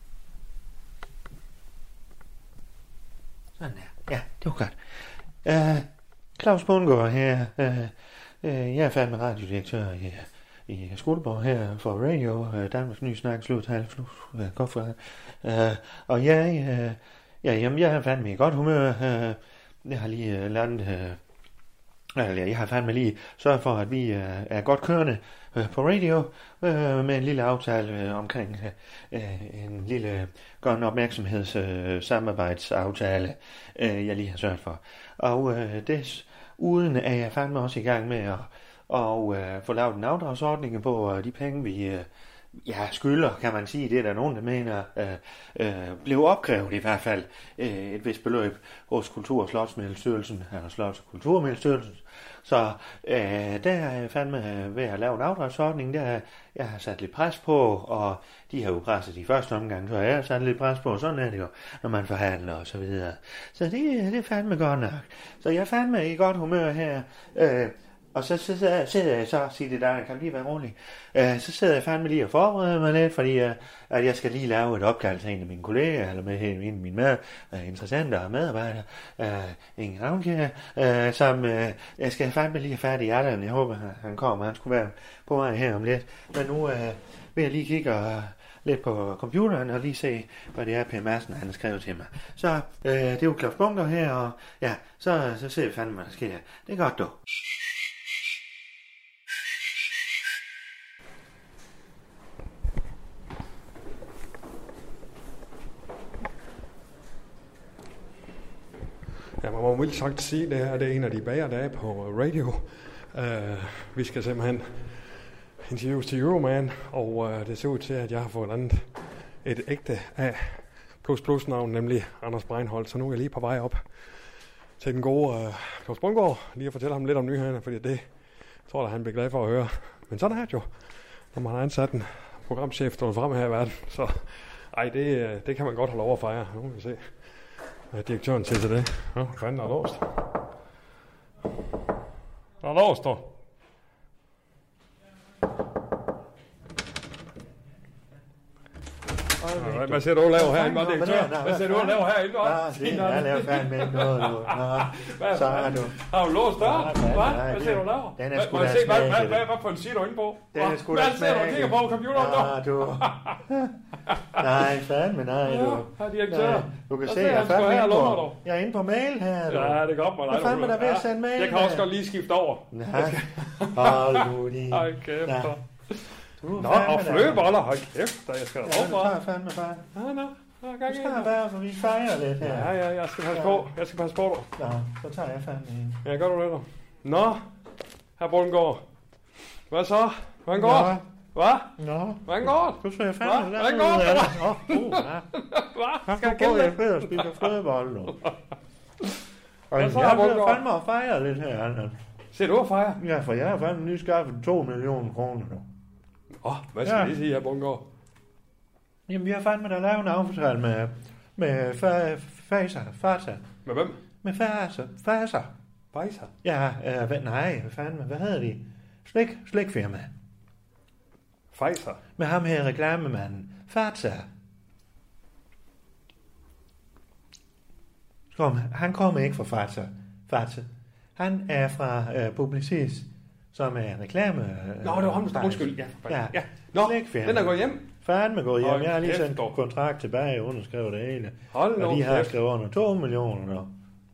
Sådan der. Ja, det var godt. Uh, Claus Bundgaard her. Uh, uh, jeg er fandme radiodirektør i, i Skuldborg her for Radio, uh, Danmarks nye snak, slut halv, uh, godt for uh, og jeg, uh, ja, jamen, jeg er fandme i godt humør. Uh, jeg har lige uh, landet... Uh, Jeg har fandme lige sørget for, at vi øh, er godt kørende øh, på radio øh, med en lille aftale øh, omkring øh, en lille grøn opmærksomheds øh, samarbejdsaftale, øh, jeg lige har sørget for. Og øh, desuden er jeg fandme også i gang med at og, øh, få lavet en afdragsordning på øh, de penge, vi øh, ja, skylder, kan man sige. Det er der nogen, der mener, øh, øh, blev opkrævet i hvert fald øh, et vist beløb hos Kultur- og Slotsmiddelstyrelsen, eller Slots- og Kulturmiddelstyrelsen, Så øh, der er jeg fandme ved at lave en afdragsordning, der jeg har sat lidt pres på, og de har jo presset i første omgang, så jeg har sat lidt pres på, sådan er det jo, når man forhandler og så videre. Så det, det er fandme godt nok. Så jeg er fandme i godt humør her. Øh, Og så sidder jeg så og siger det der, kan lige være rolig. Uh, så sidder jeg fandme lige og forbereder mig lidt, fordi uh, at jeg skal lige lave et opkald til en af mine kolleger, eller med en af mine med, uh, interessenter og medarbejdere, uh, ingen navnkære, uh, som uh, jeg skal fandme lige have færdig i hjerterne. Jeg håber, han kommer, han skulle være på vej her om lidt. Men nu uh, vil jeg lige kigge og, uh, lidt på computeren og lige se, hvad det er, Per Madsen han har skrevet til mig. Så uh, det er jo Claus Bunker her, og ja, så, så ser vi fandme, hvad der sker. Det er godt, du. Ja, man må vildt sagt sige, at det her det er en af de bedre dage på radio. Uh, vi skal simpelthen interviews til Euroman, og uh, det ser ud til, at jeg har fået andet et ægte A plus plus navn, nemlig Anders Breinholt. Så nu er jeg lige på vej op til den gode uh, Claus Bundgaard, lige at fortælle ham lidt om nyhederne, fordi det tror jeg, han bliver glad for at høre. Men sådan er det jo, når man har ansat en programchef, stået frem her i verden. Så ej, det, det kan man godt have lov at fejre. Nu kan vi se. Hvad er direktøren til til det? Ja, hvad fanden er låst? Der er låst, dog. Hvad, hvad ser du og laver herinde, var direktør? Hvad ser du og laver herinde, var? Jeg laver fandme ikke noget, du. Så er du. Har du låst døren? Hvad? Hvad ser du og laver? Den er sgu da smag. Hvad for en side du inde på? Den er sgu da smag. Hvad ser du og kigger på computeren, dog? Ja, du. Nej, fandme nej, du. Ja, direktør. Du kan se, jeg er fandme inde på. Jeg er inde på mail her, du. Ja, det er godt, man. Hvad fandme der ved at sende mail? Jeg kan også godt lige skifte over. Nej, hold nu lige. Ej, kæft. Nå, og flødeboller, hold kæft, der jeg skal da råbe for. Ja, det tager fandme bare. Ja, nå. Du skal være, for vi fejrer lidt her. Ja, ja, jeg skal passe på. Jeg skal passe på dig. Nå, så tager jeg fandme en. Ja, gør du det, dog. Nå, her Bundgaard. Hvad så? Hvordan går det? Hvad? Nå. Hvordan går det? Du ser fandme der. Hvordan går det? Nå, uh, ja. Hvad? Skal jeg gælde dig? Jeg spiser flødebolle nu. Og jeg bliver fandme at fejre lidt her, Allan. Ser du at fejre? Ja, for jeg har fandme lige skaffet to millioner kroner nu. Åh, oh, hvad skal ja. I sige her, Bundgaard? Jamen, vi har fandme da lavet en aftale med, med Faser, Faser. Med hvem? Med Faser, Faser. Faser? Ja, øh, hvad, nej, hvad fanden, hvad hedder de? Slik, slikfirma. Faser? Med ham her reklamemanden, Faser. Han kommer ikke fra Faser, Faser. Han er fra øh, Publicis, som er reklame. Øh, Nå, det var ham, undskyld. Ja, ja. ja. Nå, slikfirma. den er gået hjem. Fanden med gået hjem. Hold Jeg har lige kæft, sendt dog. kontrakt tilbage og underskrevet det hele. Hold nu. Og de har skrevet under to millioner nu.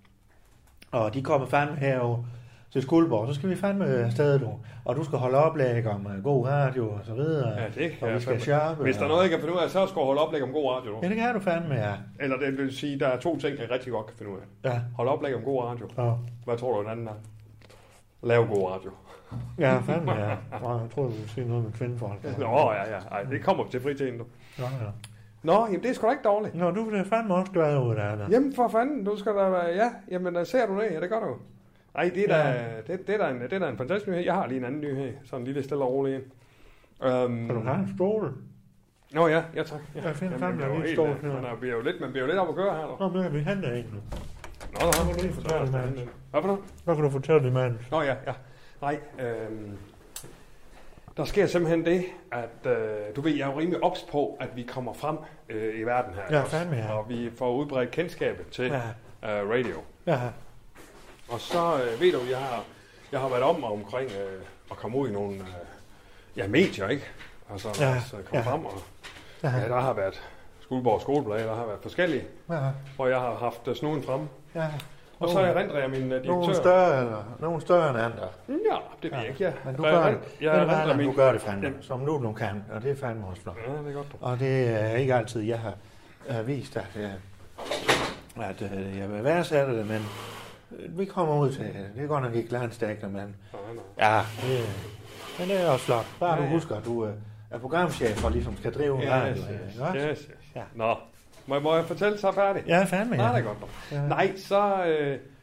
Og de kommer fandme herover til Skuldborg. Så skal vi fandme afsted, du. Og du skal holde oplæg om uh, god radio og så videre. Ja, det kan og vi skal shoppe. Hvis der er noget, jeg kan finde ud af, så skal jeg holde oplæg om god radio. Ja, det kan du fandme, ja. Eller det vil sige, der er to ting, jeg rigtig godt kan finde ud af. Ja. Holde oplæg om god radio. Ja. Hvad tror du, den anden er? Lave god radio. Ja, fandme, ja. Nå, jeg tror, du vil sige noget med kvindefolk. Nå, ja, ja. Ej, det kommer til fritiden, du. Nå, ja. Nå, jamen det er sgu da ikke dårligt. Nå, du vil fandme også glad ud af det. Jamen for fanden, du skal da være, ja, jamen ser du det? Ja, det gør du. Ej, det er da, ja. det, det, er da en, det er da en fantastisk nyhed. Jeg har lige en anden nyhed, sådan en lille stille og rolig en. Um, kan du have en stol? Nå ja, ja tak. Ja. Jeg finder fandme en lille stol. Man bliver jo lidt, man bliver jo lidt op at køre her, du. Nå, men vi henter en nu. Nå, nå, hvad kan du lige fortælle, mand? Hvad for noget? Hvad kan du fortælle, mand? Nå ja, ja. Nej, øhm, der sker simpelthen det, at øh, du ved, jeg er jo rimelig ops på, at vi kommer frem øh, i verden her. Ja, fandme, ja. Og vi får udbredt kendskabet til ja. øh, radio. Ja. Og så øh, ved du, jeg har, jeg har været om og omkring øh, at komme ud i nogle øh, ja, medier, ikke? Altså, ja. altså komme ja. frem, og ja. ja, der har været Skuldborg Skoleblad, der har været forskellige, ja. hvor jeg har haft uh, snuden fremme. Ja. Og så erindrer jeg min uh, direktør. Nogle større, eller nogle større end andre. Ja, det ved jeg ikke, ja. Men du gør det, jeg jeg min... du gør det fandme, ja. Som nu du kan, og det er fandme også flot. Ja, det er godt. Du. Og det er ikke altid, jeg har uh, vist, at, uh, at uh, jeg vil værdsætte det, men uh, vi kommer ud til det. Det er godt nok ikke landstækkende, men nej, nej. ja, det, men det er også flot. Bare ja, du husker, at du uh, er programchef og ligesom skal drive en yes, radio. Yes, yes, yes. Ja. Nå, må jeg, må jeg fortælle så færdigt? Ja, fandme, ja. Nej, det er godt. Ja. Nej, så... Øh,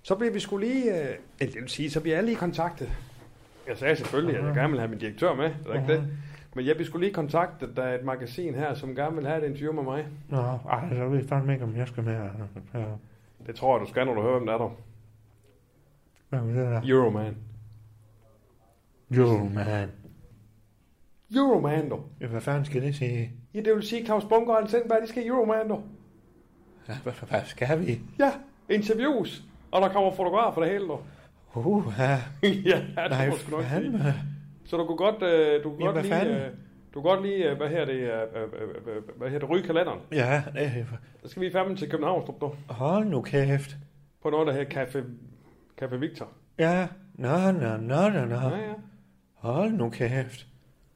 så bliver vi skulle lige, øh, det vil sige, så bliver alle lige kontaktet. Jeg sagde selvfølgelig, at jeg gerne vil have min direktør med, er det ikke det? Men jeg bliver skulle lige kontaktet, der er et magasin her, som gerne vil have et interview med mig. Nå, ej, så ved jeg fandme ikke, om jeg skal med. Ja. Det tror jeg, du skal, når du hører, hvem der er der. Hvad er det der? Euroman. Euroman. Euroman, du. Ja, hvad fanden skal det sige? Ja, det vil sige, Claus Bunker og Hans Sindberg, de skal Euroman, du. Ja, hvad, hvad skal vi? Ja, interviews. Og der kommer fotografer det hele, du. Uh, ja. ja, det nej, må sgu nok fandme. sige. Så du kunne godt, øh, du kunne ja, godt lige, øh, du kunne godt lige, øh, hvad her det, øh, øh, øh, hvad her det, ryge kalenderen. Ja, det Så skal vi fandme til Københavnstrup, du. Hold nu kæft. På noget, der hedder Café, Café Victor. Ja, nå, nå, nå, nå, nå. Ja, ja. Hold nu kæft.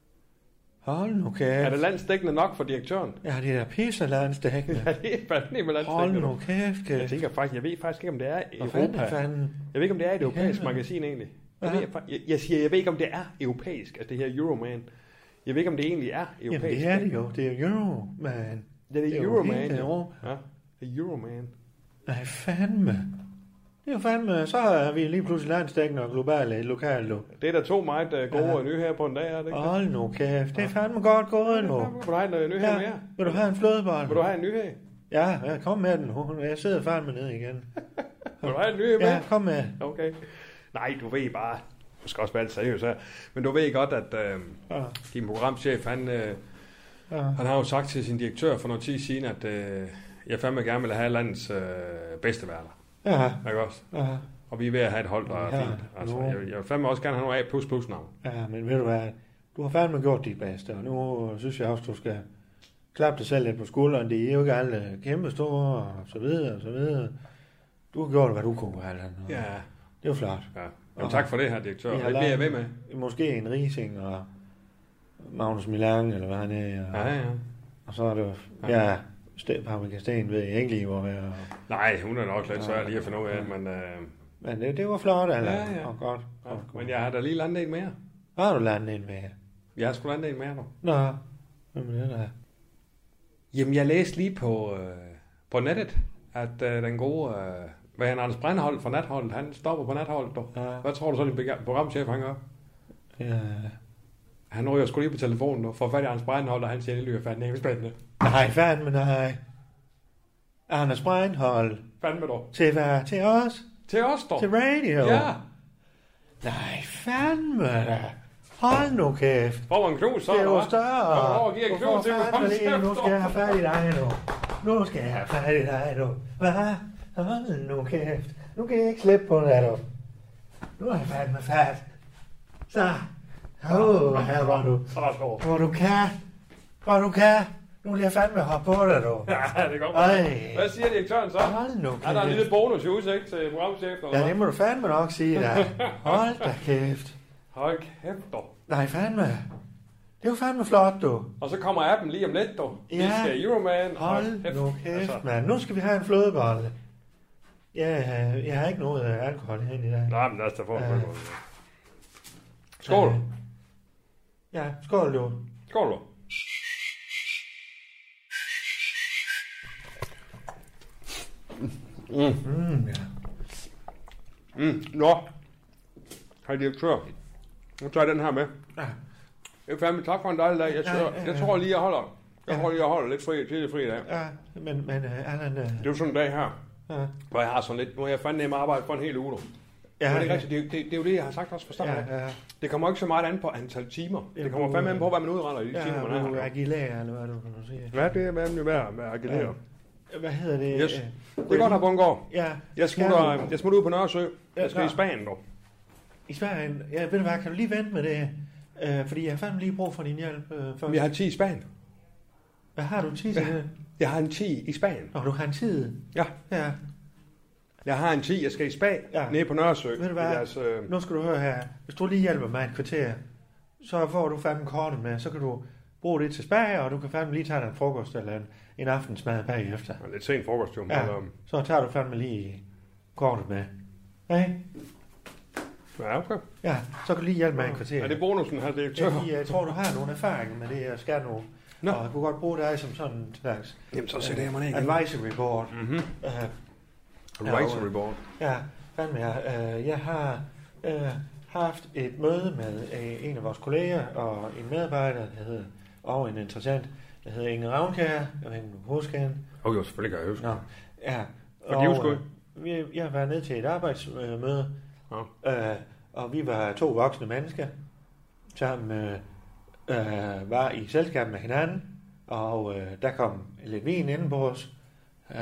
Hold nu kæft. Er det landsdækkende nok for direktøren? Ja, det er da pisse landsdækkende. ja, det er fandme med landsdækkende. Hold nu kæft, kæft. Jeg tænker faktisk, jeg ved faktisk ikke, om det er i Europa. Fanden, fanden. Jeg ved ikke, om det er et europæisk magasin egentlig. Jeg, ved, jeg, jeg siger, jeg ved ikke, om det er europæisk, altså det her Euroman. Jeg ved ikke, om det egentlig er europæisk. Jamen, det er det jo. Det er Euroman. Ja, det er, det er Euroman. Europa. Ja, det er Euroman. Nej, fandme. Det er jo fandme, så er vi lige pludselig landsdækkende og globale lokalt, du. Det er der to meget uh, gode ja. nye her på en dag, er det ikke? Hold nu kæft, det er fandme godt gået nu. Vil du have en ny her ja. mere? Vil du have en flødebold? Vil du have en ny her? Ja, ja, kom med den. Jeg sidder fandme ned igen. Vil du have en ny med? Ja, kom med. Okay. Nej, du ved bare, du skal også være lidt seriøs her, men du ved godt, at øh, ja. din programchef, han, øh, ja. han har jo sagt til sin direktør for noget tid siden, at øh, jeg fandme gerne vil have landets øh, bedste værter. Ja. Ikke også? Ja. Og vi er ved at have et hold, der er ja. fint. Altså, jeg, jeg vil fandme også gerne have nogle A plus plus navn. Ja, men ved du hvad, du har fandme gjort dit bedste, og nu synes jeg også, du skal klappe dig selv lidt på skulderen. Det er jo ikke alle kæmpe store, og så videre, og så videre. Du har gjort, hvad du kunne, Allan. Ja. Det er jo flot. Ja. Jamen, tak for det her, direktør. Det bliver jeg ved med. Måske en Riesing og Magnus Milan, eller hvad han er. Og, ja, ja. Og så er det ja, ja Paprika Sten ved jeg ikke lige, hvor jeg er. Nej, hun er nok lidt svær lige at finde ud af, men... Øh... Men det, det var flot, Allan. Ja, ja. Og godt. Ja, men jeg har da lige landet en mere. Har du landet en mere? Jeg har sgu landet en mere nu. Nå, hvem er det der? Jamen, jeg læste lige på, øh, på nettet, at øh, den gode... Øh, hvad han Anders Breinholt fra Natholdet, han stopper på Natholdet. Ja. Hvad tror du så, din programchef han gør? Ja. Han ryger sgu lige på telefonen nu, for fat i Anders Breinholt, og han siger, det lyder fandme ikke spændende. Nej, fandme nej. Anders Breinholt. Fandme dog. Til hvad? Til os? Til os dog. Til radio? Ja. Nej, fandme da. Hold nu kæft. Hvor var en knus så? Det er jo større. Kom over, giv en knus til mig. Nu skal jeg have fat i dig nu. Nu skal jeg have fat i dig nu. Hvad? Hold nu kæft. Nu kan jeg ikke slippe på det, du. Nu er jeg fandme fat. Så. Åh, oh, her var du. Hvor du kan. Hvor du kan. Nu vil jeg fandme hoppe på dig, du. Ja, det går godt. Hvad siger direktøren så? Hold nu kæft. Er der en lille bonus i udsigt til programchefen? Ja, det må du fandme nok sige, da. Hold da kæft. Hold kæft, dog. Nej, fandme. Det er jo fandme flot, du. Og så kommer appen lige om lidt, du. Ja. Vi skal Euroman. Hold kæft. nu kæft, altså. mand. Nu skal vi have en flødebolle. Ja, jeg har ikke noget alkohol herinde i dag. Nej, men lad os da få en flødebolle. Skål. Uh, ja, skål, du. Skål, du. Mm. Mm, ja. Mm, nå. Hej direktør. Nu tager jeg den her med. Ja. Jeg er fandme tak for en dejlig dag. Jeg, ja, ja, ja. jeg tror lige, jeg holder. Jeg ja. tror lige, jeg holder lidt fri til det fri i dag. Ja, men, men uh, Allan... Uh... Det er jo sådan en dag her, ja. hvor jeg har sådan lidt... Nu er jeg fandme nemme arbejde for en hel uge. Ja, det, er det, det, det, det er jo det, jeg har sagt også fra starten. Ja, ja. Det kommer ikke så meget an på antal timer. Ja, det kommer fandme an på, hvad man udretter i de ja, timer, man er her. Ja, Aguilera, eller hvad du kan sige. Ja, det er hvad med, med Aguilera. Ja. Hvad hedder det? Yes. Uh, det er godt, her Bundgaard. Ja. Jeg smutter, jeg smutter ud på Nørresø. Jeg skal ja, i Spanien, dog. I Spanien? Ja, ved du hvad, kan du lige vente med det? Uh, fordi jeg har fandme lige brug for din hjælp. Uh, Men jeg har ti i Spanien. Hvad har du ti til det? Jeg har en ti i Spanien. Nå, du har en tid? Ja. Ja. Jeg har en ti, jeg skal i Spanien, ja. Nede på Nørresø. Ved du hvad, deres, øh... nu skal du høre her. Hvis du lige hjælper mig et kvarter, så får du fandme kortet med, så kan du bruge det til Spanien, og du kan fandme lige tage en frokost eller en, en aftensmad bagefter. Ja, lidt sen frokost, jo. Ja, eller... så tager du fandme lige kortet med. Ja, ja, okay. Ja, så kan du lige hjælpe mig et kvarter. Er det bonusen her, direktør? Ja, jeg tror, du har nogle erfaringer med det, jeg skal nu. Nå. Og jeg kunne godt bruge dig som sådan en slags... Jamen, så sætter jeg mig ned igen. Advisory board. Mhm. Uh, Advisory board. Ja, fandme jeg. Øh, jeg har øh, haft et møde med øh, en af vores kolleger og en medarbejder, der hedder, og en interessant, der hedder Inge Ravnkjær. Jeg ved ikke, om du husker hende. Åh, oh, jo, selvfølgelig kan jeg huske. Nå, ja. Og, og vi, jeg har været ned til et arbejdsmøde, ja. øh, og vi var to voksne mennesker, som øh, øh, var i selskab med hinanden, og øh, der kom lidt vin inden på os. Øh,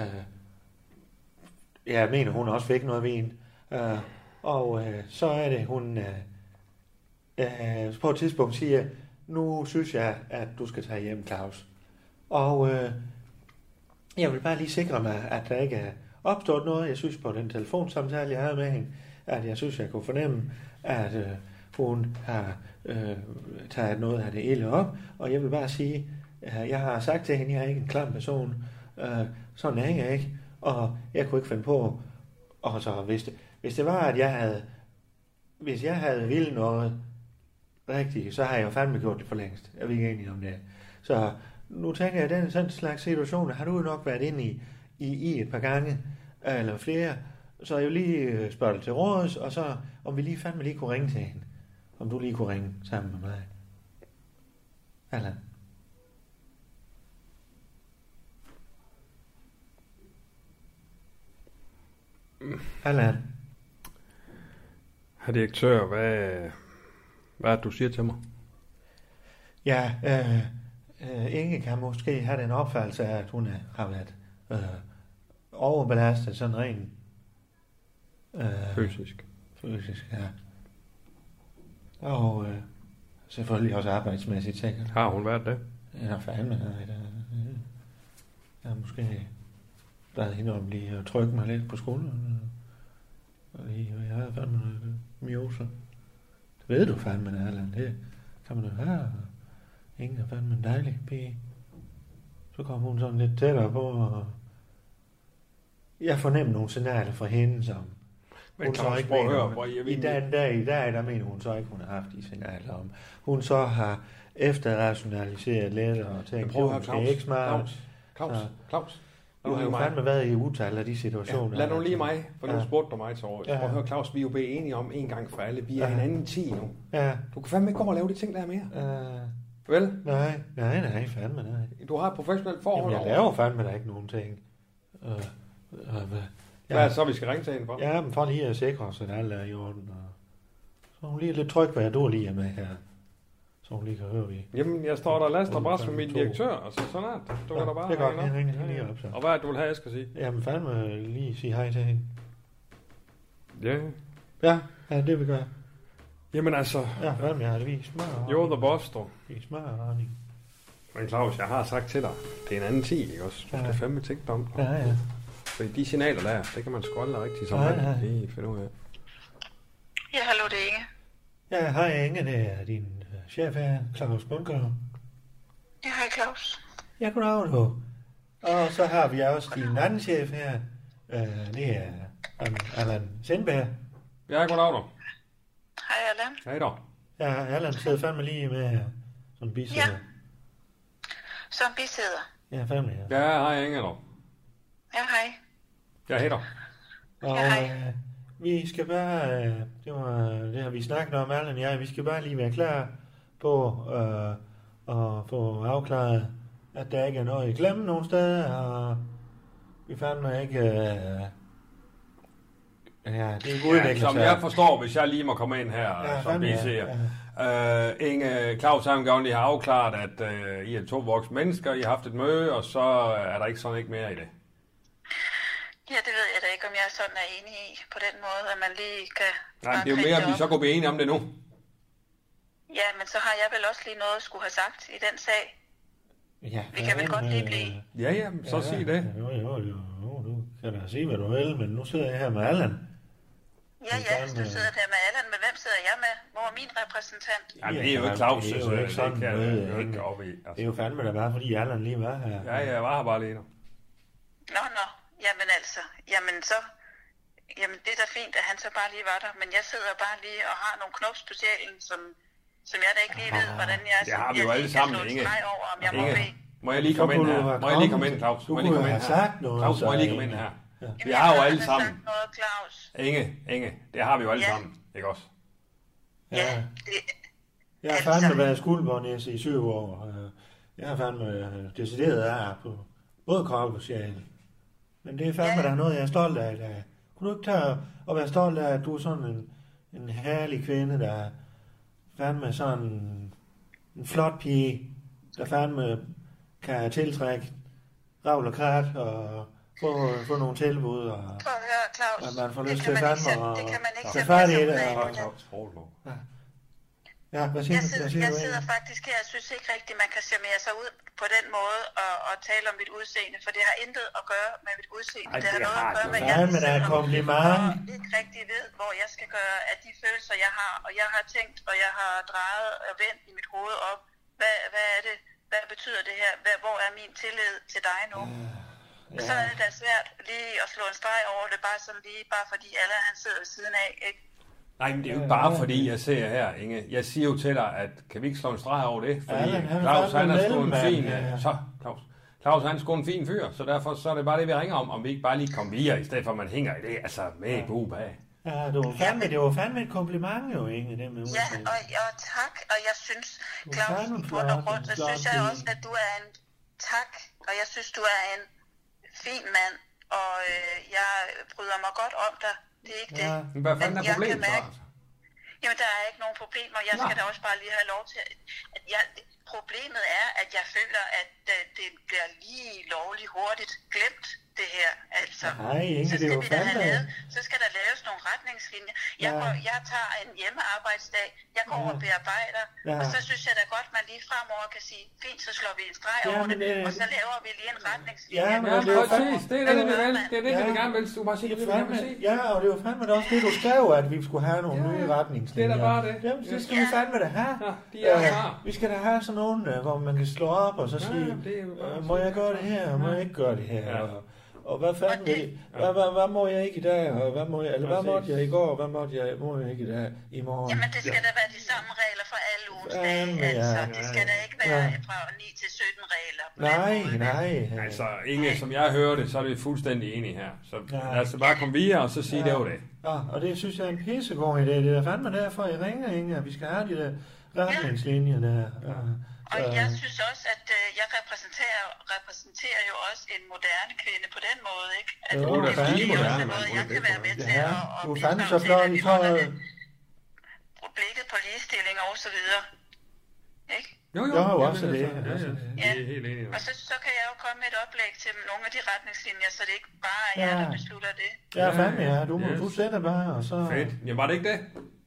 jeg mener, hun også fik noget vin. Øh, og øh, så er det, hun øh, øh, på et tidspunkt siger, nu synes jeg, at du skal tage hjem, Claus. Og øh, jeg vil bare lige sikre mig, at der ikke er opstået noget. Jeg synes på den telefonsamtale, jeg havde med hende, at jeg synes, jeg kunne fornemme, at øh, hun har øh, taget noget af det ilde op. Og jeg vil bare sige, at jeg har sagt til hende, at jeg er ikke en klam person. Øh, sådan er jeg ikke. Og jeg kunne ikke finde på. Og så hvis det, hvis det var, at jeg havde, hvis jeg havde ville noget rigtigt, så har jeg jo fandme gjort det for længst. Jeg er ikke enig om det. Så nu tænker jeg, at den sådan slags situation har du jo nok været inde i, i, i et par gange, eller flere. Så jeg vil lige spørge dig til råds, og så om vi lige fandme lige kunne ringe til hende. Om du lige kunne ringe sammen med mig. Allan. Allan. Herr direktør, hvad, hvad er det, du siger til mig? Ja, øh, øh, Inge kan måske have den opfattelse af, at hun er, har været øh, overbelastet, sådan rent øh, fysisk. Fysisk, ja. Og øh, selvfølgelig også arbejdsmæssigt, sikkert. Har hun været det? Ja, fandme, nej. Der, jeg har måske været hende om lige at trykke mig lidt på skulderen. Og lige, jeg har fandme noget myose. Det ved du fandme, Allan. Det kan man jo have. Ingen er fandme en dejlig pige. Så kom hun sådan lidt tættere på, og jeg fornemmer nogle signaler fra hende, som men hun så ikke mener. Høre, hvor jeg I den dag i dag, der mener hun så ikke, hun har haft de signaler om. Hun så har efterrationaliseret lidt og tænkt, jo, hun skal ikke smart. Claus, Claus, Claus. Du har jo fandme været i utal af de situationer. Ja, lad nu lige mig, for nu ja. spurgte du mig til året. Ja. Prøv at høre, Claus, vi er jo blevet enige om en gang for alle. Vi er ja. en anden ti nu. Ja. Du kan fandme ikke gå og lave de ting, der er mere. Ja. Vel? Nej, nej, nej, fandme nej. Du har et professionelt forhold. Jamen, jeg laver fandme da ikke nogen ting. Uh, uh, uh, Hvad ja. er så, vi skal ringe til hende for? Ja, men for lige at sikre os, at alle er i orden. Og så hun lige lidt tryg, hvad jeg du lige er med her. Så hun lige kan høre, vi... Jamen, jeg står der og laster bræs med min direktør, altså sådan er det. Du ja, kan da bare det er godt, jeg ringer hende lige op så. Og hvad er det, du vil have, jeg skal sige? Jamen, fandme lige sige hej til hende. Ja. Ja, ja, det vil gøre. Jamen altså... Ja, fandme, jeg har det vist smør. Jo, the boss, du. Vist smør og honning. Men Claus, jeg har sagt til dig, det er en anden tid, ikke også? Du skal ja. fandme tænke dig om. Ja, ja. Fordi de signaler der, det kan man sgu aldrig rigtig som ja, ja. lige finde ud af. Ja, hallo, det er Inge. Ja, hej Inge, det er din uh, chef her, Claus Bunker. Ja, hej Claus. Ja, goddag du. Og så har vi også din anden chef her, uh, det er um, Allan Sindberg. Ja, goddag du. Hej Allan. Hej da. Ja, Allan sidder fandme lige med her, som bisæder. Ja, som bisæder. Ja, fandme ja. Ja, hej Inge du. Ja, hej. Ja, hej da. Og ja, hej. Uh, vi skal bare, uh, det var det har vi snakket om, Allan og jeg, vi skal bare lige være klar på uh, at få afklaret, at der ikke er noget i klemme nogen steder, og vi fandme ikke... Uh, ja, det er udviklet. Ja, som jeg forstår, hvis jeg lige må komme ind her, ja, som vi ser. Ja, ja. Uh, Inge, Claus har jo lige har afklaret, at uh, I er to voksne mennesker, I har haft et møde, og så er der ikke sådan ikke mere i det. Ja, det ved jeg da ikke, om jeg sådan er enig i på den måde, at man lige kan... Nej, det er jo mere, at vi så kunne blive enige om det nu. Ja, men så har jeg vel også lige noget at skulle have sagt i den sag. Ja, vi kan ja, vel godt lige blive... Ja, ja, så ja, sig det. Jo, jo, jo, jo, du kan da sige, hvad du vil, men nu sidder jeg her med Allan. Ja, ja, du sidder der med Allan, men hvem sidder jeg med? Hvor er min repræsentant? Ja, det er jo ikke Claus, det er jo ikke sådan, det det kan ikke op i. Det er jo fandme da bare, fordi Allan lige var her. Ja, ja, jeg var her bare lige nu. Nå, nå. Jamen altså, jamen så, jamen det er da fint, at han så bare lige var der, men jeg sidder bare lige og har nogle knops på sjælen, som, som jeg da ikke lige ved, hvordan jeg... Det har vi jo alle sammen, Inge. Over, om jeg Inge, må, må jeg lige komme ind her? Må jeg lige komme ind, Claus? Du kunne have sagt noget. Claus, må jeg lige komme ind her? Ja. Vi har jo alle sammen. Noget, Claus. Inge, Inge, det har vi jo alle Ja. sammen, ikke også? Ja. Det, Jeg har fandme været skuldbåndnæse i syv år. Jeg har fandme decideret af på både krop og sjæl. Men det er fandme, der er noget, jeg er stolt af i dag. Kunne du ikke tage og være stolt af, at du er sådan en, en herlig kvinde, der er fandme sådan en flot pige, der fandme kan tiltrække ravl og krat og få, få nogle tilbud, og prøv at høre, Claus. at man får Det lyst kan til man fandme ikke og sætte- det kan man ikke tage sætte fat i mig det. som Og, regel. ja. Ja, hvad siger Jeg du? sidder, Hvad siger jeg du, sidder Inge? faktisk her, jeg synes ikke rigtigt, man kan charmere sig ud på den måde og, og tale om mit udseende, for det har intet at gøre med mit udseende. Ej, det har det noget har at gøre det. med, at Ja, jeg men der er sidder kompliment. og ikke rigtig ved, hvor jeg skal gøre af de følelser, jeg har. Og jeg har tænkt, og jeg har drejet og vendt i mit hoved op, hvad, hvad er det, hvad betyder det her, hvad, hvor er min tillid til dig nu? Ja. Så er det da svært lige at slå en streg over det, bare sådan lige, bare fordi alle han sidder ved siden af, ikke? Nej, men det er jo ikke bare fordi, jeg ser her, Inge. Jeg siger jo til dig, at kan vi ikke slå en streg over det? Fordi Ja, han er Claus, han er fandme sgu en mellemmand, fin... ja. øh, Så, Claus. Claus, han er sgu en fin fyr, så derfor så er det bare det, vi ringer om, om vi ikke bare lige kommer videre, i stedet for at man hænger i det, altså med bu bag. Ja, det var fandme, det var fandme et kompliment jo, Inge, det med Ja, udseende. og, og tak, og jeg synes, Du er Claus, fandme i bund og flot, grund, så flot synes jeg pige. også, at du er en tak, og jeg synes, du er en fin mand, og øh, jeg bryder mig godt om dig, det er ikke Ja. det. Men hvad fanden Men er jeg problemet kan så? mærke- Altså? Jamen, der er ikke nogen problemer. Jeg skal Nå. da også bare lige have lov til, at at jeg, problemet er, at jeg føler, at øh, det bliver lige lovligt hurtigt glemt, det her. Altså, Nej, Inge, så det er skal jo vi da have fandme... lavet, så skal der laves nogle retningslinjer. Jeg, Ja. går, jeg tager en hjemmearbejdsdag, jeg går Ja. og bearbejder, Ja. og så synes jeg da godt, man lige fremover kan sige, fint, så slår vi en streg Ja, over men det, det- og så laver vi lige en retningslinje. Ja, men Ja, det er jo præcis. Det er det, vi vil. Det er det, Ja. vi gerne vil. Du bare sige det, vi gerne vil Fandme, sige. ja, og det var fandme da også det, du skrev, at vi skulle have nogle Ja, nye retningslinjer. det er da bare det. Jamen, det skal vi fandme da have. Ja, de er Øh, klar. Vi skal da have sådan nogle, øh, hvor man kan slå op og så sige, det er jo bare øh, må jeg gøre det her, og må jeg ikke gøre det her? Ja. Og, og hvad fanden vil det? Hvad, hvad, hvad må jeg ikke i dag, og hvad, må jeg, eller hvad Præcis. måtte jeg i går, og hvad måtte jeg, må jeg ikke i dag, i morgen? Jamen, det skal da være de samme regler for alle ugens Fandme, dage, altså. ja. Det skal da ikke være Ja. fra ni til sytten regler. på den Nej, måde. nej. Altså, Inge, som jeg hører det, så er vi fuldstændig enige her. Så Ja. lad os bare komme videre, og så sige, det var det. Ja, og det synes jeg er en pissegod idé. Det er fandme derfor, jeg ringer, Inge, at vi skal have de der retningslinjer der. Ja. Og Så- jeg synes også, at øh, jeg repræsenterer, repræsenterer jo også en moderne kvinde på den måde, ikke? At Jo, det det er er fandme måske også moderne, noget, man. jeg kan være med til Ja, at, at du er bidrage fandme så til, flot at i vi holder tøjet. det blikket på ligestilling og så videre. Ikke? Jo, Jo, jamen, også det, altså, Ja, også ja. det. Vi er helt enige. Og så, så kan jeg jo komme med et oplæg til nogle af de retningslinjer, så det ikke bare er jer, Ja. der beslutter det. Ja, fandme ja. Du, må, Yes. du sætter bare, og så... Fedt. Jamen, var det ikke det?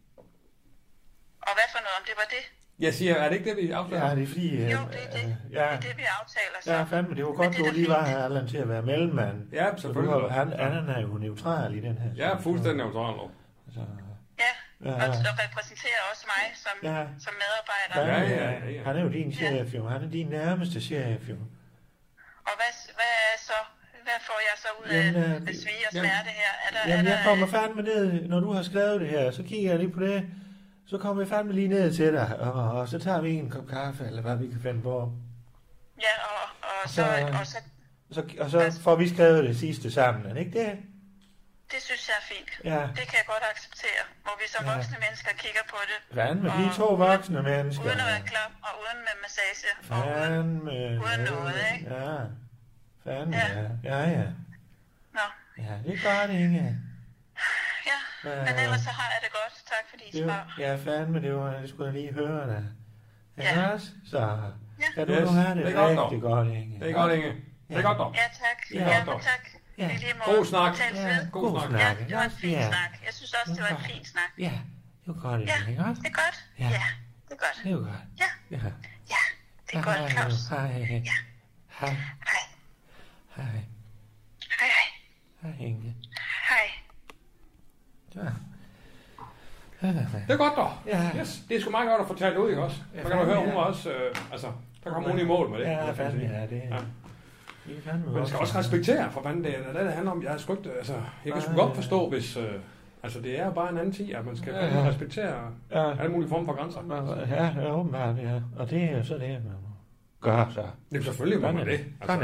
Og hvad for noget, om det var det? Jeg siger, er det ikke det, vi aftaler? Ja, det er fordi... øh, Jo, det er det. øh, Det Ja, er det, vi aftaler så. ja, fandme, det var Men godt, det er du da lige var fint. her, Allan, til at være mellemmand. Ja, Så selvfølgelig. du, har- han, han er jo neutral i den her. Ja, fuldstændig neutral nu. Så, Ja, Ja. og, og repræsenterer også mig som, Ja. som medarbejder. fandme, Ja, ja, ja, ja. Han er jo din chef, jo. Han er din nærmeste chef, jo. Og hvad, hvad er så? Hvad får jeg så ud Jamen, af øh, med svig og jamen, smerte her? Er der, Jamen, er jeg der, kommer fandme ned, når du har skrevet det her, så kigger jeg lige på det. Så kommer jeg fandme lige ned til dig, og, og så tager vi en kop kaffe, eller hvad vi kan finde på. Ja, og, og, så, Så- og så, Så, og så får vi skrevet det sidste sammen, er det ikke det? det synes jeg er fint. Ja. Det kan jeg godt acceptere, hvor vi som Ja. voksne mennesker kigger på det. Fandme, vi er Og to uden- voksne mennesker. Uden at være klam, og uden med massage. Og uden, Fandme. uden noget, ikke? Ja. Fandme, Ja. ja. Ja, ja. Nå, Ja, det er godt, Inge. ja. Ja. Men ellers så har jeg det godt. Tak fordi I Det var, spørger. ja, fandme, det var, det skulle jeg lige høre dig. Ja, Ja. også? Så Ja. kan du Yes, nu have det, det er godt, dog. rigtig godt, Inge. Det er godt, Inge. Det er godt, dog. Ja, tak. Ja. Ja, Godt, dog. tak. Ja. I lige måde. God snak. Tales Ja, ved. God god snak. snak. Ja, det var en fin Ja. snak. Jeg synes også, det var en fin snak. Ja, det var godt, Ja, Inge, ikke også? det er godt. Ja. Ja, det er godt. Det var godt. Ja, Ja. ja, det er godt, Claus. Hej. Hej. Ja. Hej. Hej. Hej. Hej, hej. Hej, Inge. Hej. Ja. Ja. Det er godt, dog. Ja. Yes. Det er sgu meget godt at få talt ud, ikke også? Ja, Man kan jo høre, hun fandme, var ja. også... Øh, altså, der kom hun i mål med det. Ja, kan man fandme, sige. ja, det Ja. det er fandme Man godt. skal også respektere, for fanden det er det, det handler om. Jeg, er sgu ikke, altså, jeg kan sgu Nej. godt forstå, hvis... Øh, altså, det er jo bare en anden tid, at man skal Ja, ja, ja. respektere Ja. alle mulige former for grænser. Ja, ja, åbenbart, ja. Og det er jo så det, man må gøre, så. Jamen, selvfølgelig må Sådan man er det. det. Sådan er det.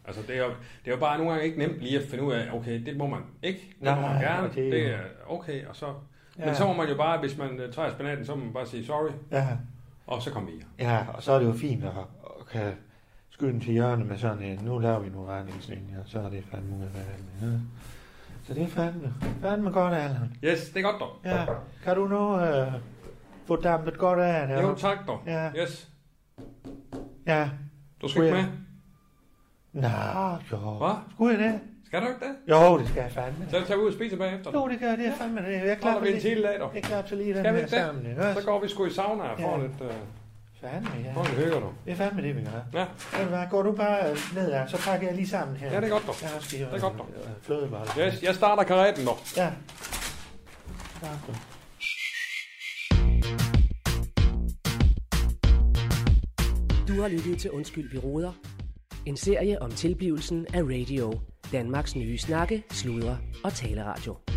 Altså, det er, jo, det er jo bare nogle gange ikke nemt lige at finde ud af, okay, det må man ikke, det Nej, må man gerne, okay. det er okay, og så... Ja. Men så må man jo bare, hvis man uh, tager spinaten, så må man bare sige sorry, Ja, og så kommer vi. ja, og så er det jo fint at, at kan skyde den til hjørne med sådan en, nu laver vi nogle retningslinjer, så er det fandme ud af hvad. Ja. Så det er fandme, fandme godt, Allan. Yes, det er godt dog. Ja, kan du nu øh, få dampet godt af det? Jo, tak dog. Ja. Yes. Ja. Du skal ikke med? Nej, jo. Hvad? Skulle jeg det? Skal du ikke det? Jo, det skal jeg fandme. Så tager vi ud og spiser bagefter. Jo, det gør det. Jeg fandme det. Jeg Holder klapper vi en lige. til dag dog. Jeg klapper så lige den Skal vi her ikke det? sammen. Ikke? Så går vi sgu i sauna og får Ja. lidt... Uh, Fandme, ja. får lidt hygger du. Det er fandme det, vi gør. Ja. Ved du hvad, går du bare ned her, så pakker jeg lige sammen her. Ja, det er godt dog. Jeg har også Det er godt dog. flødeboller. Yes, jeg starter karetten dog. Ja. Start du. Du har lyttet til Undskyld, vi roder. En serie om tilblivelsen af radio. Danmarks nye snakke, sludre og taleradio.